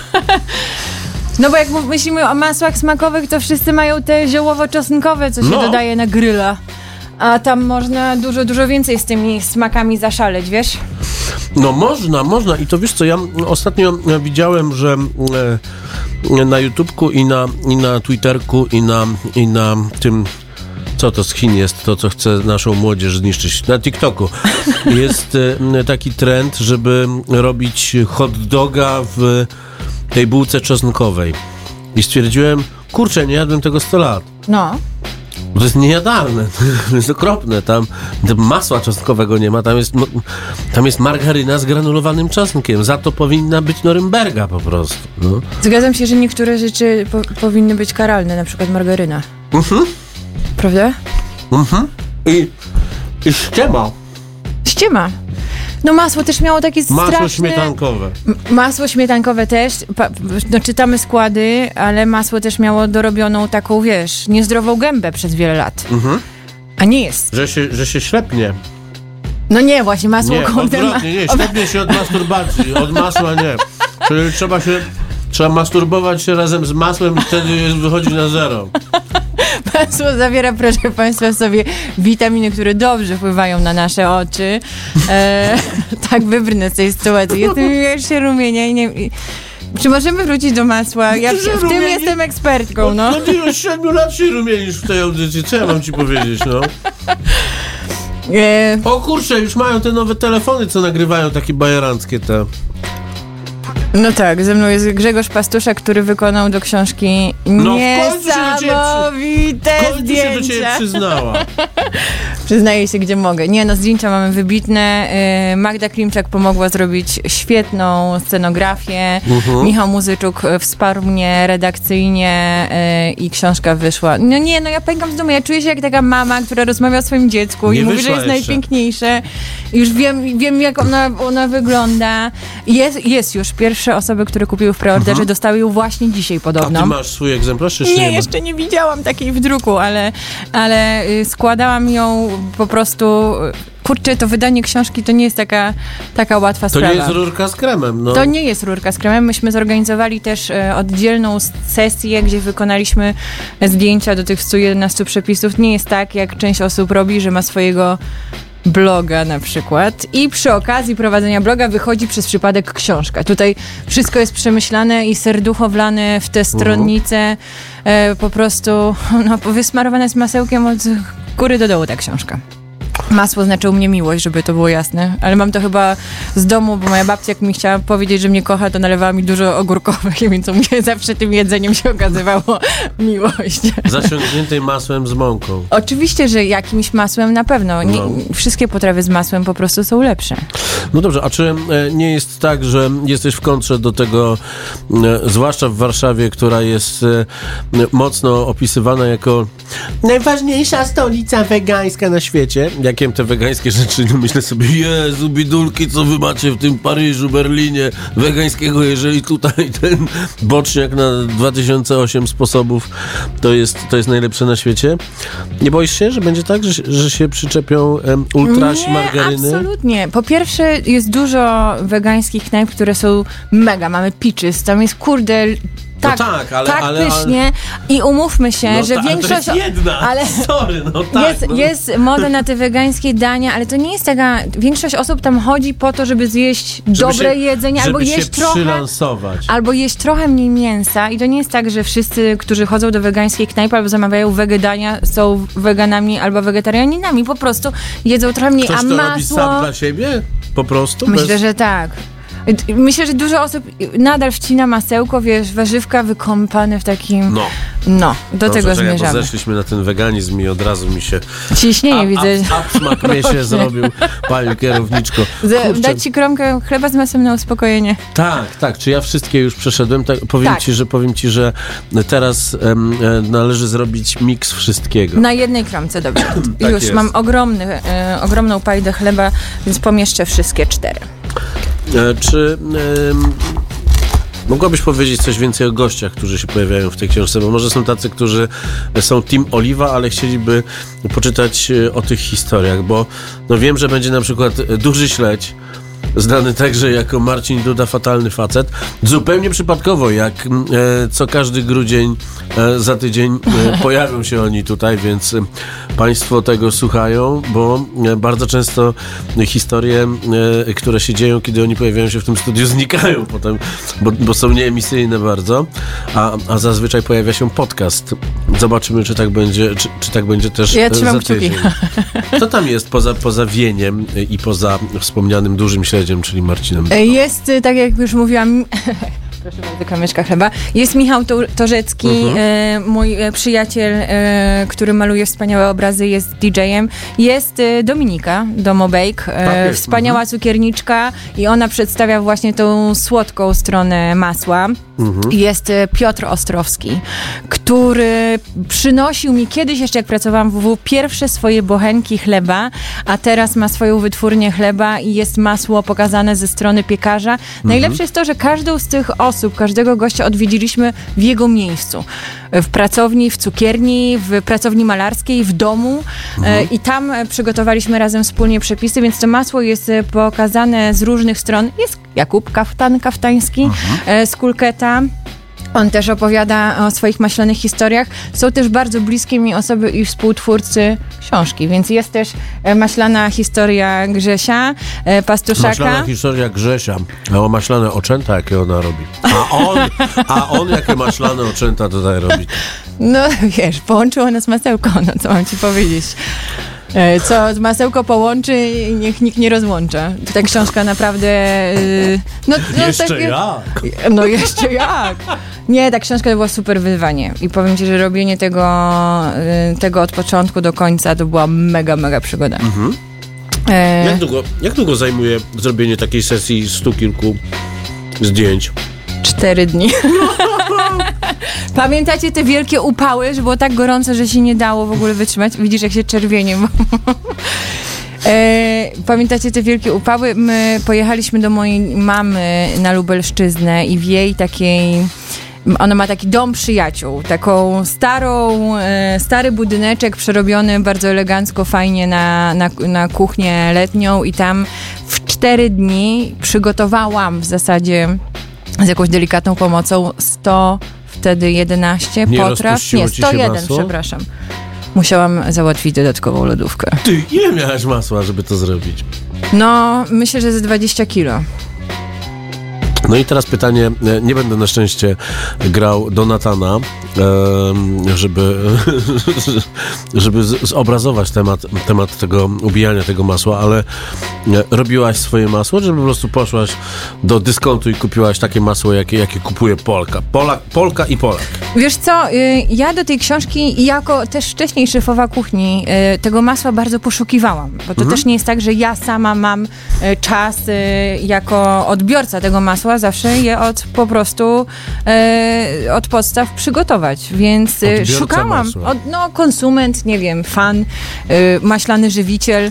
No bo jak myślimy o masłach smakowych, to wszyscy mają te ziołowo-czosnkowe, co się No. dodaje na gryla. A tam można dużo, dużo więcej z tymi smakami zaszaleć, wiesz? No można, można i to wiesz co, ja ostatnio widziałem, że e, na YouTubeku i na, i na Twitterku i na, i na tym, co to z Chin jest, to co chce naszą młodzież zniszczyć, na TikToku jest e, taki trend, żeby robić hot doga w tej bułce czosnkowej i stwierdziłem, kurczę, nie jadłem tego sto lat. No. To jest niejadalne, to jest okropne, tam masła czosnkowego nie ma, tam jest, tam jest margaryna z granulowanym czosnkiem, za to powinna być Norymberga po prostu. No. Zgadzam się, że niektóre rzeczy po- powinny być karalne, na przykład margaryna. Mhm. Prawda? Mhm. I, i ściema. Ściema. No masło też miało takie Masło straszne... śmietankowe. M- Masło śmietankowe też, pa, no czytamy składy, ale masło też miało dorobioną taką, wiesz, niezdrową gębę przez wiele lat. Mhm. A nie jest. Że się, że się ślepnie. No nie, właśnie masło Nie, kątem ma... odwrotnie, nie, ślepnie się od masturbacji, od masła nie. Czyli trzeba się, trzeba masturbować się razem z masłem i wtedy jest, wychodzi na zero. Masło zawiera, proszę Państwa, sobie witaminy, które dobrze wpływają na nasze oczy. E, tak wybrnę z tej sytuacji. Jestem już się rumienia i nie... I, czy możemy wrócić do masła? Ja w, w tym jestem ekspertką, no. No ty już siedmiu lat się rumienisz w tej audycji, co ja mam ci powiedzieć, no? E, O kurczę, już mają te nowe telefony, co nagrywają takie bajeranckie te. no tak, ze mną jest Grzegorz Pastuszek, który wykonał do książki No, w końcu się do ciebie niesamowite W końcu się do ciebie zdjęcia. przyznała. Przyznaję się, gdzie mogę. Nie, no zdjęcia mamy wybitne. Yy, Magda Klimczak pomogła zrobić świetną scenografię. Mhm. Michał Muzyczuk wsparł mnie redakcyjnie yy, i książka wyszła. No nie, no ja pękam z domu. Ja czuję się jak taka mama, która rozmawia o swoim dziecku Nie i mówi, że wyszła jest jeszcze. najpiękniejsze. Już wiem, wiem jak ona, ona wygląda. Jest, jest już. Pierwsze osoby, które kupiły w preorderze, Mhm. dostały ją właśnie dzisiaj A podobno. ty masz swój egzemplarz, czy jeszcze Nie, nie ma? jeszcze nie widziałam takiej w druku, ale, ale y, składałam ją po prostu... y, Kurczę, to wydanie książki to nie jest taka, taka łatwa To sprawa. nie jest rurka z kremem, no. To nie jest rurka z kremem. Myśmy zorganizowali też e, oddzielną sesję, gdzie wykonaliśmy zdjęcia do tych stu jedenastu przepisów. Nie jest tak, jak część osób robi, że ma swojego bloga na przykład i przy okazji prowadzenia bloga wychodzi przez przypadek książka. Tutaj wszystko jest przemyślane i serducho wlane w tę stronnicę, e, po prostu no, wysmarowane jest masełkiem od góry do dołu ta książka. Masło znaczy u mnie miłość, żeby to było jasne, ale mam to chyba z domu, bo moja babcia jak mi chciała powiedzieć, że mnie kocha, to nalewała mi dużo ogórkowych, więc u mnie zawsze tym jedzeniem się okazywało miłość. Zasiągniętej masłem z mąką. Oczywiście, że jakimś masłem na pewno. Nie, No. Wszystkie potrawy z masłem po prostu są lepsze. No dobrze, a czy e, nie jest tak, że jesteś w kontrze do tego, e, zwłaszcza w Warszawie, która jest e, mocno opisywana jako najważniejsza stolica wegańska na świecie? Jakiem te wegańskie rzeczy, no myślę sobie, Jezu, bidulki, co wy macie w tym Paryżu, Berlinie wegańskiego, jeżeli tutaj ten boczniak na dwa tysiące osiem sposobów to jest, to jest najlepsze na świecie. Nie boisz się, że będzie tak, że, że się przyczepią em, ultrasi Nie, margaryny? absolutnie. Po pierwsze jest dużo wegańskich knajp, które są mega. Mamy Peaches, tam jest kurde... Tak, no tak, ale, tak ale, pysznie i umówmy się, no że ta, większość... to jest jedna, ale sorry, no tak. jest, no. jest moda na te wegańskie dania, ale to nie jest taka... Większość osób tam chodzi po to, żeby zjeść Żeby dobre się, jedzenie, żeby albo się jeść trochę... przylansować. Albo jeść trochę mniej mięsa i to nie jest tak, że wszyscy, którzy chodzą do wegańskiej knajpy albo zamawiają wege dania, są weganami albo wegetarianinami. Po prostu jedzą trochę mniej, Ktoś a to masło... robi sam dla siebie? Po prostu? Myślę, Bez... że tak. Myślę, że dużo osób nadal wcina masełko, wiesz, warzywka wykąpane w takim... No. No, do Dobrze, tego czekaj, bo zmierzamy. zeszliśmy na ten weganizm i od razu mi się... Ciśnienie a, widzę. A, absmak mnie się zrobił, pani kierowniczko. Z, dać ci kromkę chleba z masłem na uspokojenie. Tak, tak. Czy ja wszystkie już przeszedłem? Tak, powiem, Tak. ci, że, powiem ci, że teraz em, e, należy zrobić miks wszystkiego. Na jednej kromce, dobrze. Tak Już jest. mam ogromny, e, ogromną pajdę chleba, więc pomieszczę wszystkie cztery. E, czy... em, Mogłabyś powiedzieć coś więcej o gościach, którzy się pojawiają w tej książce, bo może są tacy, którzy są Team Oliwa, ale chcieliby poczytać e, o tych historiach, bo no wiem, że będzie na przykład Duży Śledź, znany także jako Marcin Duda, fatalny facet. Zupełnie przypadkowo, jak e, co każdy grudzień e, za tydzień e, pojawią się oni tutaj, więc e, Państwo tego słuchają, bo e, bardzo często historie, e, które się dzieją, kiedy oni pojawiają się w tym studiu, znikają potem, bo, bo są nieemisyjne bardzo, a, a zazwyczaj pojawia się podcast. Zobaczymy, czy tak będzie, czy, czy tak będzie też Ja e, trzymam za kciuki. tydzień. Co tam jest poza, poza Wieniem i poza wspomnianym Dużym Śledziem, czyli Marcinem? Jest, y, tak jak już mówiłam, proszę bardzo, kamyczka chleba. Jest Michał To- Torzecki, Mhm. e, mój e, przyjaciel, e, który maluje wspaniałe obrazy, jest D J-em. Jest e, Dominika Domobake, Tak e, jest, wspaniała cukierniczka i ona przedstawia właśnie tą słodką stronę masła. Mhm. Jest e, Piotr Ostrowski, który przynosił mi kiedyś, jeszcze jak pracowałam w W W, pierwsze swoje bochenki chleba, a teraz ma swoją wytwórnię chleba i jest masło pokazane ze strony piekarza. Mhm. Najlepsze jest to, że każdą z tych osób, każdego gościa odwiedziliśmy w jego miejscu. W pracowni, w cukierni, w pracowni malarskiej, w domu e, i tam e, przygotowaliśmy razem wspólnie przepisy, więc to masło jest e, pokazane z różnych stron. Jest Jakub Kaftan Kaftański e, z Kulketa. On też opowiada o swoich maślanych historiach. Są też bardzo bliskie mi osoby i współtwórcy książki, więc jest też e, maślana historia Grzesia, e, Pastuszaka. Maślana historia Grzesia, a o maślane oczęta, jakie ona robi. A on, a on jakie maślane oczęta tutaj robi. No wiesz, połączyło nas masełko, no co mam ci powiedzieć. E, Co masełko połączy, niech nikt nie rozłącza. Ta książka naprawdę... y, No, no, Jeszcze takie- jak? No jeszcze jak? Nie, ta książka to było super wyzwanie. I powiem ci, że robienie tego, y, tego od początku do końca to była mega, mega przygoda. Mhm. E, Jak długo, jak długo zajmuje zrobienie takiej sesji stu kilku zdjęć? Cztery dni. Pamiętacie te wielkie upały, że było tak gorąco, że się nie dało w ogóle wytrzymać? Widzisz, jak się czerwienie. E, pamiętacie te wielkie upały? My pojechaliśmy do mojej mamy na Lubelszczyznę i w jej takiej... Ona ma taki dom przyjaciół, taką starą, e, stary budyneczek przerobiony bardzo elegancko, fajnie na, na, na kuchnię letnią i tam w cztery dni przygotowałam w zasadzie z jakąś delikatną pomocą sto, wtedy jedenaście Nie potraw. rozpuściło Nie, ci się sto jeden, masło? przepraszam. musiałam załatwić dodatkową lodówkę. Ty, ile miałaś masła, żeby to zrobić? No, myślę, że ze dwadzieścia kilo. No i teraz pytanie, nie będę na szczęście grał Donatana, żeby, żeby zobrazować temat, temat tego ubijania tego masła, ale robiłaś swoje masło, czy po prostu poszłaś do dyskontu i kupiłaś takie masło, jakie, jakie kupuje Polka? Polak, Polka i Polak. Wiesz co, ja do tej książki jako też wcześniej szefowa kuchni tego masła bardzo poszukiwałam, bo to mhm. też nie jest tak, że ja sama mam czas jako odbiorca tego masła, zawsze je od po prostu od podstaw przygotować, więc odbiorca szukałam, od, no konsument, nie wiem, fan, maślany żywiciel.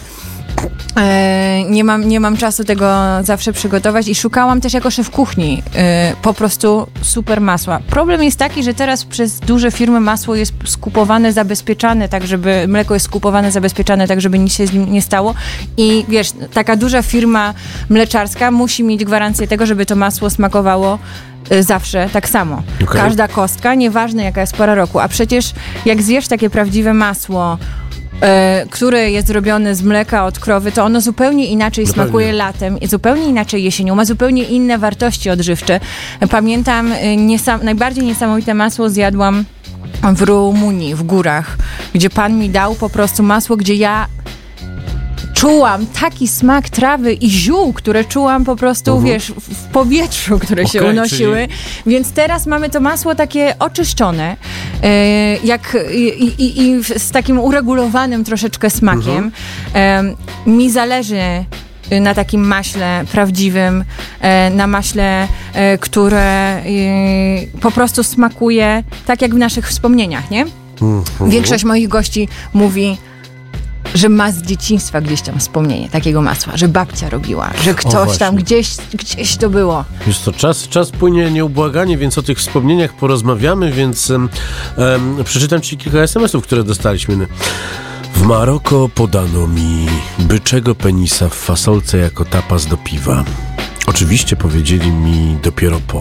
E, nie mam, nie mam czasu tego zawsze przygotować i szukałam też jako szef kuchni e, po prostu super masła. Problem jest taki, że teraz przez duże firmy masło jest skupowane, zabezpieczane, tak żeby mleko jest skupowane, zabezpieczane, tak żeby nic się z nim nie stało i wiesz, taka duża firma mleczarska musi mieć gwarancję tego, żeby to masło smakowało e, zawsze tak samo. Okay. Każda kostka, nieważne jaka jest pora roku, a przecież jak zjesz takie prawdziwe masło, E, które jest zrobione z mleka od krowy, to ono zupełnie inaczej zupełnie. smakuje latem, zupełnie inaczej jesienią, ma zupełnie inne wartości odżywcze. Pamiętam, niesam, najbardziej niesamowite masło zjadłam w Rumunii, w górach, gdzie pan mi dał po prostu masło, gdzie ja czułam taki smak trawy i ziół, które czułam po prostu, uh-huh. wiesz, w powietrzu, które okay, się unosiły. Czyli... Więc teraz mamy to masło takie oczyszczone, e, jak i, i, i z takim uregulowanym troszeczkę smakiem. Uh-huh. E, mi zależy na takim maśle prawdziwym, e, na maśle, e, które e, po prostu smakuje tak jak w naszych wspomnieniach, nie? Uh-huh. Większość moich gości mówi, że ma z dzieciństwa gdzieś tam wspomnienie takiego masła, że babcia robiła, że ktoś tam gdzieś, gdzieś to było. Wiesz co, czas, czas płynie nieubłaganie, więc o tych wspomnieniach porozmawiamy, więc um, um, przeczytam ci kilka es em esów, które dostaliśmy. W Maroko podano mi byczego penisa w fasolce jako tapas do piwa. Oczywiście powiedzieli mi dopiero po.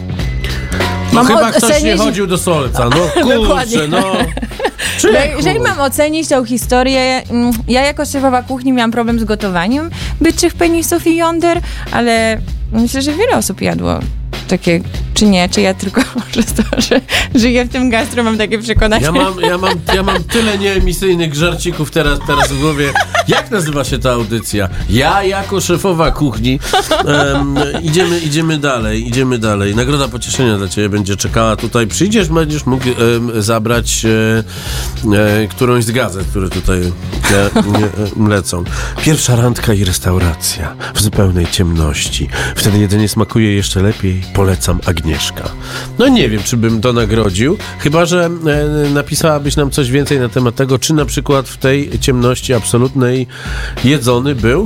No chyba ktoś ocenić... nie chodził do Solca, no kurczę, no. Jeżeli mam ocenić tą historię, ja jako szefowa kuchni miałam problem z gotowaniem byczych penisów i jąder, ale myślę, że wiele osób jadło takie, czy nie, czy ja tylko przez to, że żyję w tym gastro, mam takie przekonanie. Ja mam, ja mam, ja mam tyle nieemisyjnych żarcików teraz, teraz w głowie. Jak nazywa się ta audycja? Ja jako szefowa kuchni um, idziemy, idziemy dalej, idziemy dalej. Nagroda pocieszenia dla ciebie będzie czekała tutaj. Przyjdziesz, będziesz mógł um, zabrać um, um, którąś z gazet, które tutaj um, lecą. Pierwsza randka i restauracja w zupełnej ciemności. Wtedy jedzenie smakuje jeszcze lepiej. Polecam Agnieszka. No nie wiem, czy bym to nagrodził, chyba że e, napisałabyś nam coś więcej na temat tego, czy na przykład w tej ciemności absolutnej jedzony był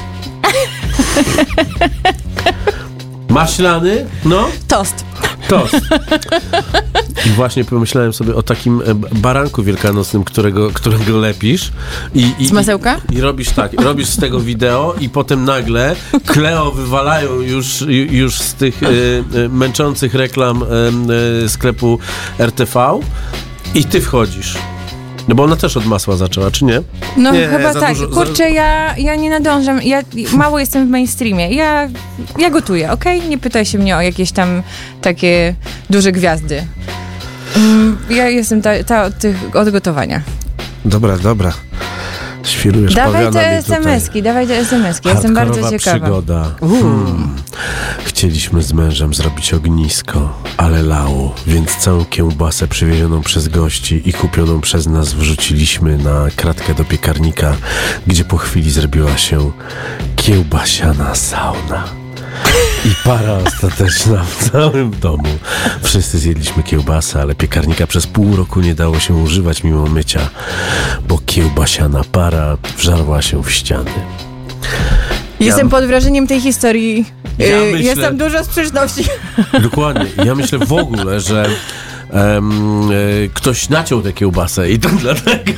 maślany, no? Tost. Tost. I właśnie pomyślałem sobie o takim baranku wielkanocnym, którego, którego lepisz. I, i, z masełka? I, I robisz tak, robisz z tego wideo i potem nagle Cleo wywalają już, już z tych y, y, męczących reklam y, y, sklepu R T V i ty wchodzisz. No bo ona też od masła zaczęła, czy nie? No nie, chyba tak. Dużo, Kurczę, za... ja, ja nie nadążam. Ja mało jestem w mainstreamie. Ja, ja gotuję, okej? Okay? Nie pytaj się mnie o jakieś tam takie duże gwiazdy. Ja jestem ta, ta od, tych, od gotowania. Dobra, dobra. Świrujesz, dawaj te es em eski, dawaj te es em eski. Jestem bardzo ciekawa. Przygoda. Hmm. Chcieliśmy z mężem zrobić ognisko, ale lało, więc całą kiełbasę przywiezioną przez gości i kupioną przez nas wrzuciliśmy na kratkę do piekarnika, gdzie po chwili zrobiła się kiełbasiana sauna. I para ostateczna w całym domu. Wszyscy zjedliśmy kiełbasę, ale piekarnika przez pół roku nie dało się używać mimo mycia, bo kiełbasiana para wżarła się w ściany. Jestem ja... pod wrażeniem tej historii. Ja myślę... Jest tam dużo sprzeczności. Dokładnie. Ja myślę w ogóle, że em, e, ktoś naciął tę kiełbasę i to dlatego.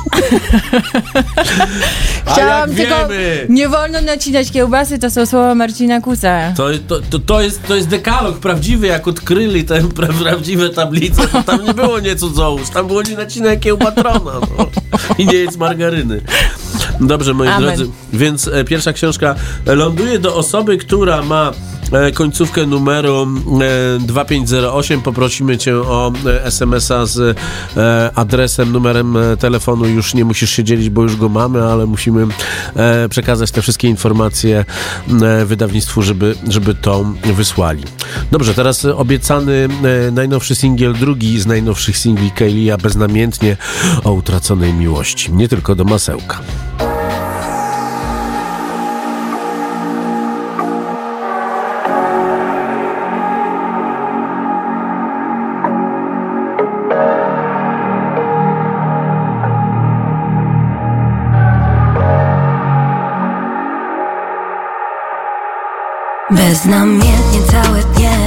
Chciałam tylko, wiemy, nie wolno nacinać kiełbasy, to są słowa Marcina Kusa. To, to, to, to, jest, to jest dekalog prawdziwy, jak odkryli te pra, prawdziwe tablice, to tam nie było nie cudzołóż, tam było nie nacinaj kiełbatrona, no. I nie jedz margaryny. Dobrze, moi Amen. drodzy, więc e, pierwsza książka ląduje do osoby, która ma e, końcówkę numeru e, dwa pięć zero osiem. Poprosimy cię o e, es em es a z e, adresem, numerem e, telefonu. Już nie musisz się dzielić, bo już go mamy, ale musimy e, przekazać te wszystkie informacje e, wydawnictwu, żeby, żeby to wysłali. Dobrze, teraz obiecany e, najnowszy singiel, drugi z najnowszych singli Kaylia, Beznamiętnie, o utraconej miłości. Nie tylko do masełka. Beznamiętnie całe dnie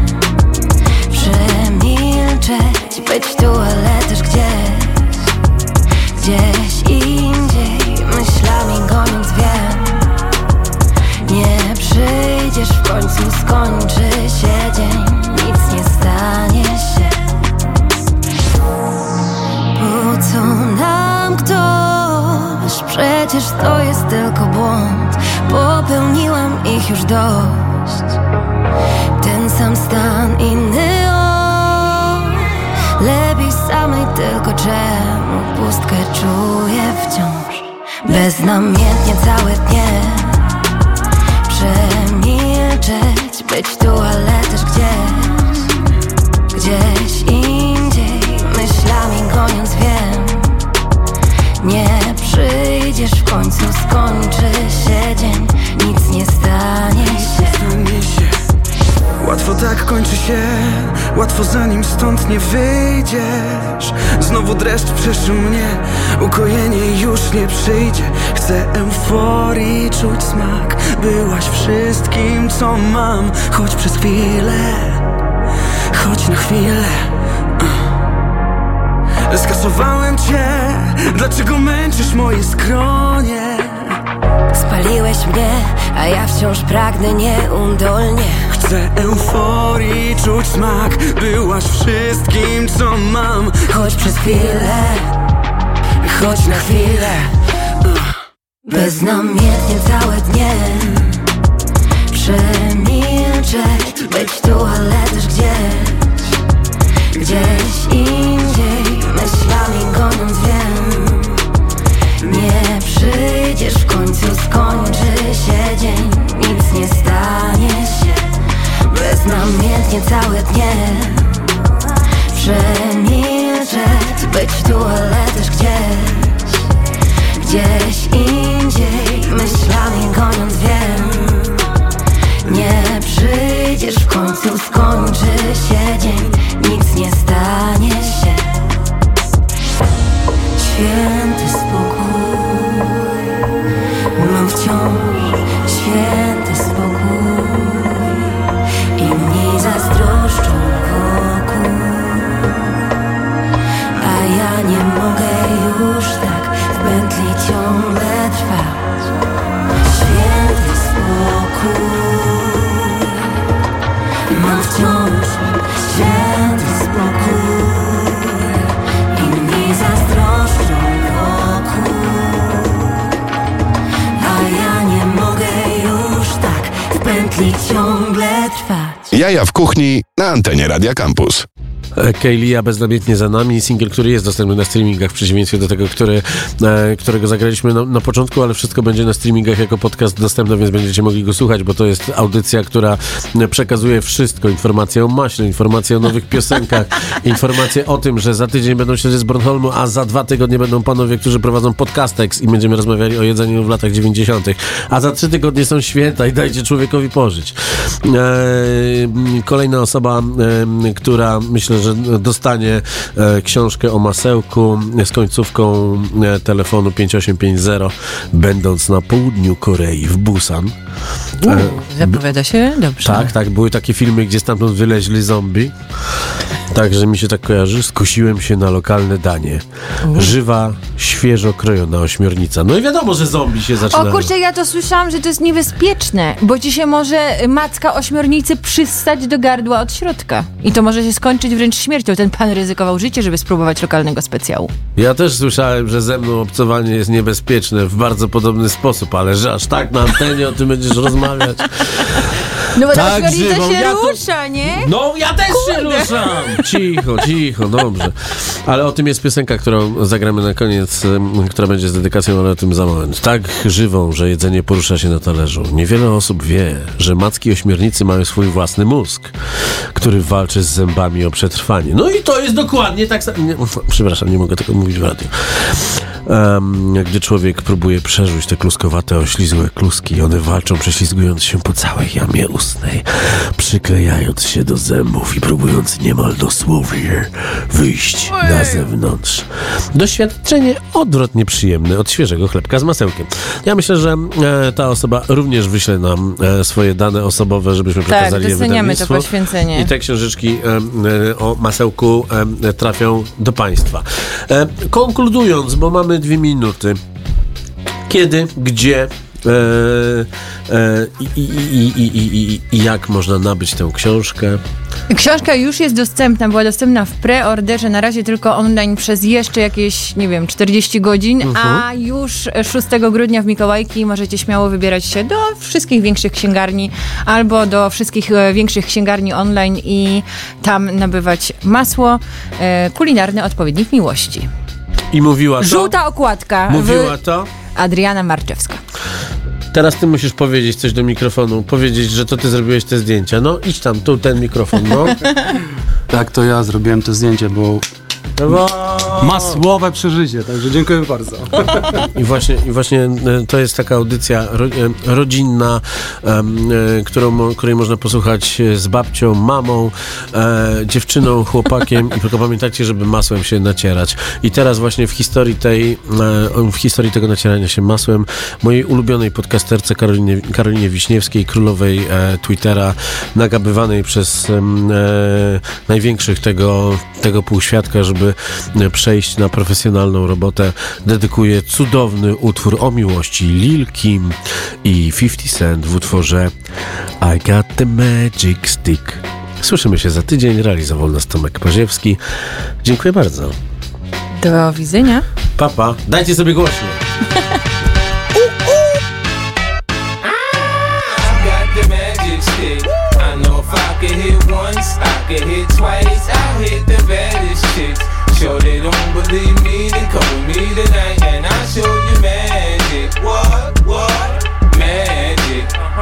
przemilczeć, być tu, ale też gdzieś, gdzieś indziej, myślami goniąc wiem, nie przyjdziesz, w końcu skończy się dzień, nic nie stanie się. Po co nam ktoś? Przecież to jest tylko błąd. Popełniłam ich już dość. Ten sam stan, inny on. Lepiej samej, tylko czemu pustkę czuję wciąż. Beznamiętnie całe dnie przemilczeć, być tu, ale też gdzieś, gdzieś indziej, myślami goniąc wiem, nie przyjdziesz, w końcu skończy się dzień, nic nie stanie się. Łatwo tak kończy się, łatwo zanim stąd nie wyjdziesz. Znowu dreszcz przeszył mnie, ukojenie już nie przyjdzie. Chcę euforii, czuć smak, byłaś wszystkim, co mam. Choć przez chwilę, choć na chwilę. Skasowałem cię, dlaczego męczysz moje skronie? Spaliłeś mnie, a ja wciąż pragnę nieudolnie. Chcę euforii, czuć smak, byłaś wszystkim, co mam. Choć przez chwilę, choć na chwilę. Beznamiętnie całe dnie przemilczeć, być tu, ale też gdzieś, gdzieś indziej, myślami goniąc wiem, nie przyjdziesz, w końcu skończy się dzień, nic nie stanie się. Beznamiętnie całe dnie przemilczeć, być tu, ale też gdzieś, gdzieś indziej, myślami goniąc wiem, nie przyjdziesz, w końcu skończy się dzień, nic nie stanie się. Święty spokój, mam wciąż święty spokój. Inni zazdroszczą wokół, a ja nie mogę już tak w pętli ciągle trwać. Święty spokój, mam wciąż święty spokój. Inni zazdroszczą wokół, a ja nie mogę już tak w pętli ciągle trwać. Jaja w kuchni na antenie Radia Campus. Kaylia, Beznamiętnie za nami, singiel, który jest dostępny na streamingach w przeciwieństwie do tego, który, e, którego zagraliśmy na, na początku, ale wszystko będzie na streamingach jako podcast dostępne, więc będziecie mogli go słuchać, bo to jest audycja, która przekazuje wszystko, informacje o maśle, informacje o nowych piosenkach, informacje o tym, że za tydzień będą śledzie z Bornholmu, a za dwa tygodnie będą panowie, którzy prowadzą podcastex i będziemy rozmawiali o jedzeniu w latach dziewięćdziesiątych, a za trzy tygodnie są święta i dajcie człowiekowi pożyć. E, kolejna osoba, e, która myślę, że dostanie e, książkę o masełku z końcówką e, telefonu pięć osiem pięć zero, będąc na południu Korei, w Busan. E, Zapowiada się dobrze. Tak, tak. Były takie filmy, gdzie stamtąd wyleźli zombie. Także mi się tak kojarzy, skusiłem się na lokalne danie. Żywa, świeżo krojona ośmiornica. No i wiadomo, że zombie się zaczynają. O kurczę, ja to słyszałam, że to jest niebezpieczne, bo ci się może macka ośmiornicy przystać do gardła od środka. I to może się skończyć wręcz śmiercią. Ten pan ryzykował życie, żeby spróbować lokalnego specjału. Ja też słyszałem, że ze mną obcowanie jest niebezpieczne w bardzo podobny sposób, ale że aż tak na antenie o tym będziesz rozmawiać. No bo ta Tak, ośmiornica żywą, się ja to- rusza, nie? No, ja też się Kurde. ruszam! Cicho, cicho, dobrze. Ale o tym jest piosenka, którą zagramy na koniec, ym, która będzie z dedykacją, ale o tym za moment. Tak żywą, że jedzenie porusza się na talerzu. Niewiele osób wie, że macki ośmiornicy mają swój własny mózg, który walczy z zębami o przetrwanie. No i to jest dokładnie tak samo... Nie, przepraszam, nie mogę tego mówić w radiu. Um, gdy człowiek próbuje przerzuć te kluskowate, oślizgłe kluski, one walczą, prześlizgując się po całej jamie ustnej, przyklejając się do zębów i próbując niemal dosłownie wyjść na zewnątrz. Doświadczenie odwrotnie przyjemne od świeżego chlebka z masełkiem. Ja myślę, że e, ta osoba również wyśle nam e, swoje dane osobowe, żebyśmy Tak, przekazali je doceniamy to wydawnictwu. poświęcenie. I te książeczki e, e, o masełku e, trafią do Państwa. E, konkludując, bo mamy dwie minuty. Kiedy, gdzie e, e, i, i, i, i, i, i, i jak można nabyć tę książkę? Książka już jest dostępna, była dostępna w preorderze, na razie tylko online przez jeszcze jakieś, nie wiem, czterdzieści godzin, Mhm. a już szóstego grudnia w Mikołajki możecie śmiało wybierać się do wszystkich większych księgarni albo do wszystkich e, większych księgarni online i tam nabywać masło, e, kulinarny odpowiednik miłości. I mówiła to? Żółta okładka. Mówiła w- to? Adriana Marczewska. Teraz ty musisz powiedzieć coś do mikrofonu, powiedzieć, że to ty zrobiłeś te zdjęcia. No idź tam, tu ten mikrofon, no. Tak, to ja zrobiłem to zdjęcie, bo masłowe przeżycie, także dziękuję bardzo. I właśnie, I właśnie e, to jest taka audycja ro, e, rodzinna, em, e, którą, mo- której można posłuchać e, z babcią, mamą, e, dziewczyną, chłopakiem i tylko pamiętajcie, żeby masłem się nacierać. I teraz właśnie w historii tej, e, w historii tego nacierania się masłem, mojej ulubionej podcasterce Karolinie, Karolinie Wiśniewskiej, królowej e, Twittera, nagabywanej przez em, e, największych tego, tego półświadka, żeby e, przejść na profesjonalną robotę, dedykuję cudowny utwór o miłości Lil Kim i fifty Cent w utworze I Got the Magic Stick. Słyszymy się za tydzień, realizował nas Tomek Paziewski. Dziękuję bardzo. Do widzenia. Papa, dajcie sobie głośniej. Got the magic stick. I know if I could hit once, I could hit twice. I'll hit the baddest chicks. Sure they don't believe me, then come with me tonight and I'll show you magic. What? What? Magic.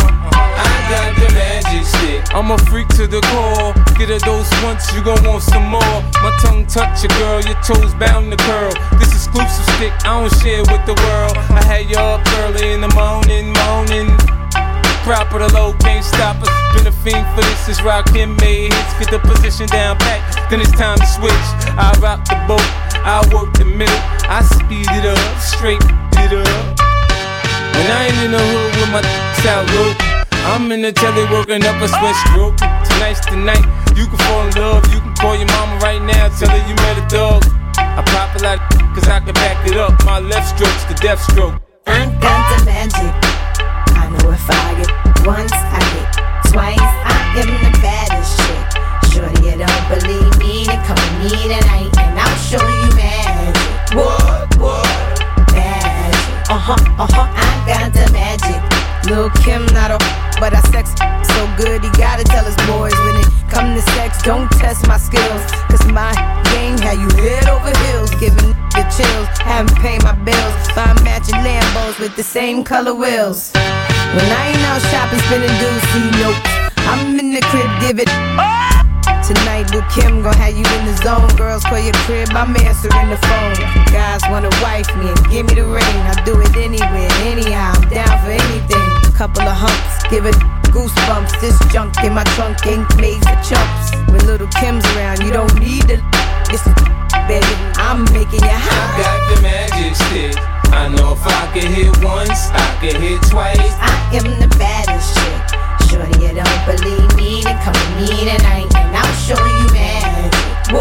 I got the magic stick. I'm a freak to the core. Get a dose once, you gon' want some more. My tongue touch your girl, your toes bound to curl. This exclusive stick, I don't share with the world. I had you up early in the morning, morning. Proper the low, can't stop us. Been a fiend for this, is rockin' made hits. Get the position down pat, then it's time to switch. I rock the boat, I work the middle. I speed it up, straight it up. When I ain't in the hood with my out low, I'm in the telly working up a sweat stroke. Tonight's the night, you can fall in love. You can call your mama right now, tell her you met a dog. I pop a lot cause I can back it up. My left stroke's the death stroke. I got the magic. I know if I get once, I get twice. I am the baddest chick. Shorty, you don't believe me, then come with me tonight and I'll show you magic. What? What? Magic. Uh huh, uh huh. I got the magic. Lil' Kim not a, but I sex so good he gotta tell his boys when it come to sex, don't test my skills. Cause my game had you head over heels, giving the chills, haven't paid my bills. Buy matching Lambos with the same color wheels. When I ain't out shopping, spending dues, see nope. I'm in the crib, give it. Tonight, Lil' Kim gon' have you in the zone. Girls call your crib, I'm answering the phone. Guys wanna wife me and give me the ring. I do it anywhere, anyhow, I'm down for anything. Couple of humps, give it goosebumps. This junk in my trunk ain't made for chumps. When Little Kim's around, you don't need to. This baby, I'm making you hot. I got the magic stick. I know if I could hit once, I could hit twice. I am the baddest chick. Shorty, you don't believe me, then come with me tonight and I'll show you magic.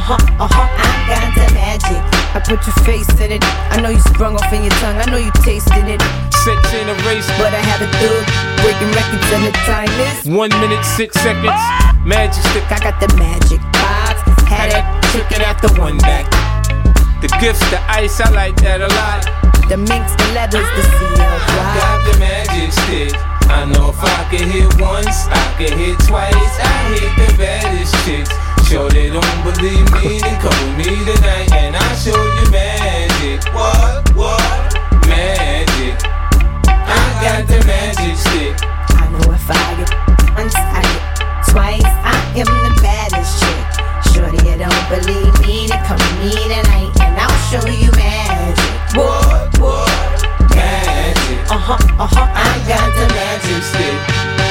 Uh-huh, uh-huh, I got the magic. I put your face in it. I know you sprung off in your tongue. I know you tasted it. Set generation, but I have it through. Breaking records and the time is one minute, six seconds. Magic stick. I got the magic box. Had it, took it out the one back. The gifts, the ice, I like that a lot. The minks, the leathers, the seal. I got the magic stick. I know if I could hit once, I could hit twice. I hit the baddest chicks. Sure they don't believe me, then come with me tonight and I'll show you magic. What, what? Magic. I got the magic stick. I know if I get once, I get twice. I am the baddest chick. Shorty, you don't believe me, then come with me tonight and I'll show you magic. What, what? Magic. Uh-huh, uh-huh, I got the magic stick.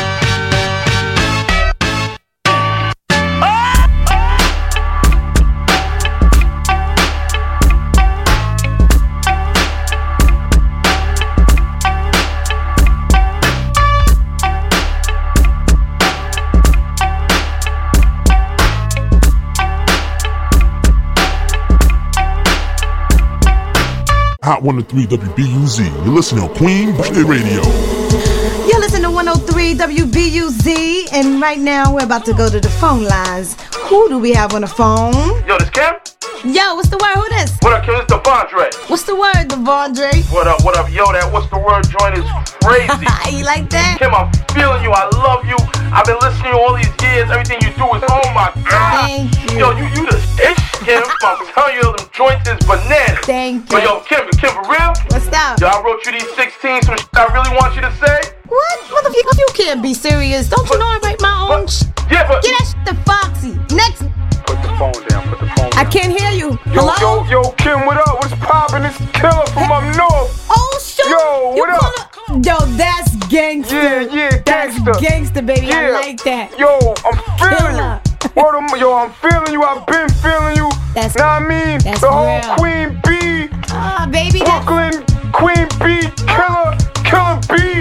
Hot one oh three W B U Z. You're listening to Queen Birthday Radio. You're listening to one oh three W B U Z, and right now we're about to go to the phone lines. Who do we have on the phone? Yo, this Kim? Yo, what's the word? Who this? What up, Kim? It's Devondre. What's the word, Devondre? What up, what up? Yo, that what's the word joint is crazy. You like that? Kim, I'm feeling you. I love you. I've been listening to you all these years. Everything you do is, oh my God. Thank you. Yo, you, you the ish, Kim. I'm telling you, them joints is bananas. Thank you. But yo, Kim, Kim, for real? What's up? Yo, I wrote you these sixteen, some shit I really want you to say. What? Motherfucker, you can't be serious. Don't you know I write my own sh- Yeah, but... Get that shit to Foxy. Next... Put the phone down, put the phone down. I can't hear you. Yo, Hello? yo, yo, Kim, what up? What's poppin'? It's Killer from up north. Oh, shit. Yo, what you up? Wanna... Yo, that's gangster. Yeah, yeah, gangster. That's gangster, baby. Yeah. I like that. Yo, I'm feeling you. Word of, yo, I'm feeling you. I've been feeling you. That's know what I mean? That's the whole real. Queen B. Ah, baby. Brooklyn, Queen B, Killer, Killer B.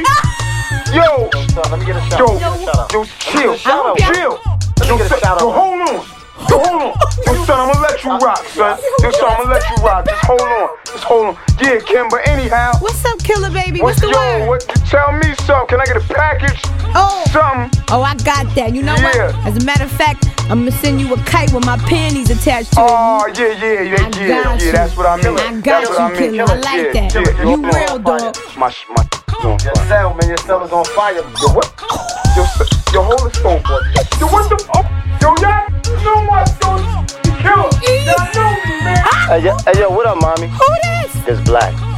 Yo, let me get a shout yo, out. Yo, chill, chill. Let me get a shout out. Yo, hold on. Yo, hold on. Yo, son, I'm gonna let you rock, son. Yo, son, I'm gonna let you rock. Just hold on. Just hold on. Yeah, Kim, but anyhow. What's up, Killer baby? What's the yo, word? What, tell me something. Can I get a package? Oh. Something. Oh, I got that. You know yeah. what? As a matter of fact, I'm gonna send you a kite with my panties attached to it. Oh, yeah, yeah, yeah, I yeah, got yeah. you. That's what I mean. I got that's you, what I mean. Killer. I like yeah, that. Yeah, you real, dog. My, my, on your cell, man. Your cell is on fire. Yo, what? Yo, yo, hold the phone, boy. Yo, what the? Oh, yo, y'all know my son. Killer. Y'all know me, man. Hey, yo, hey, yo, what up, mommy? Who this? It's Black.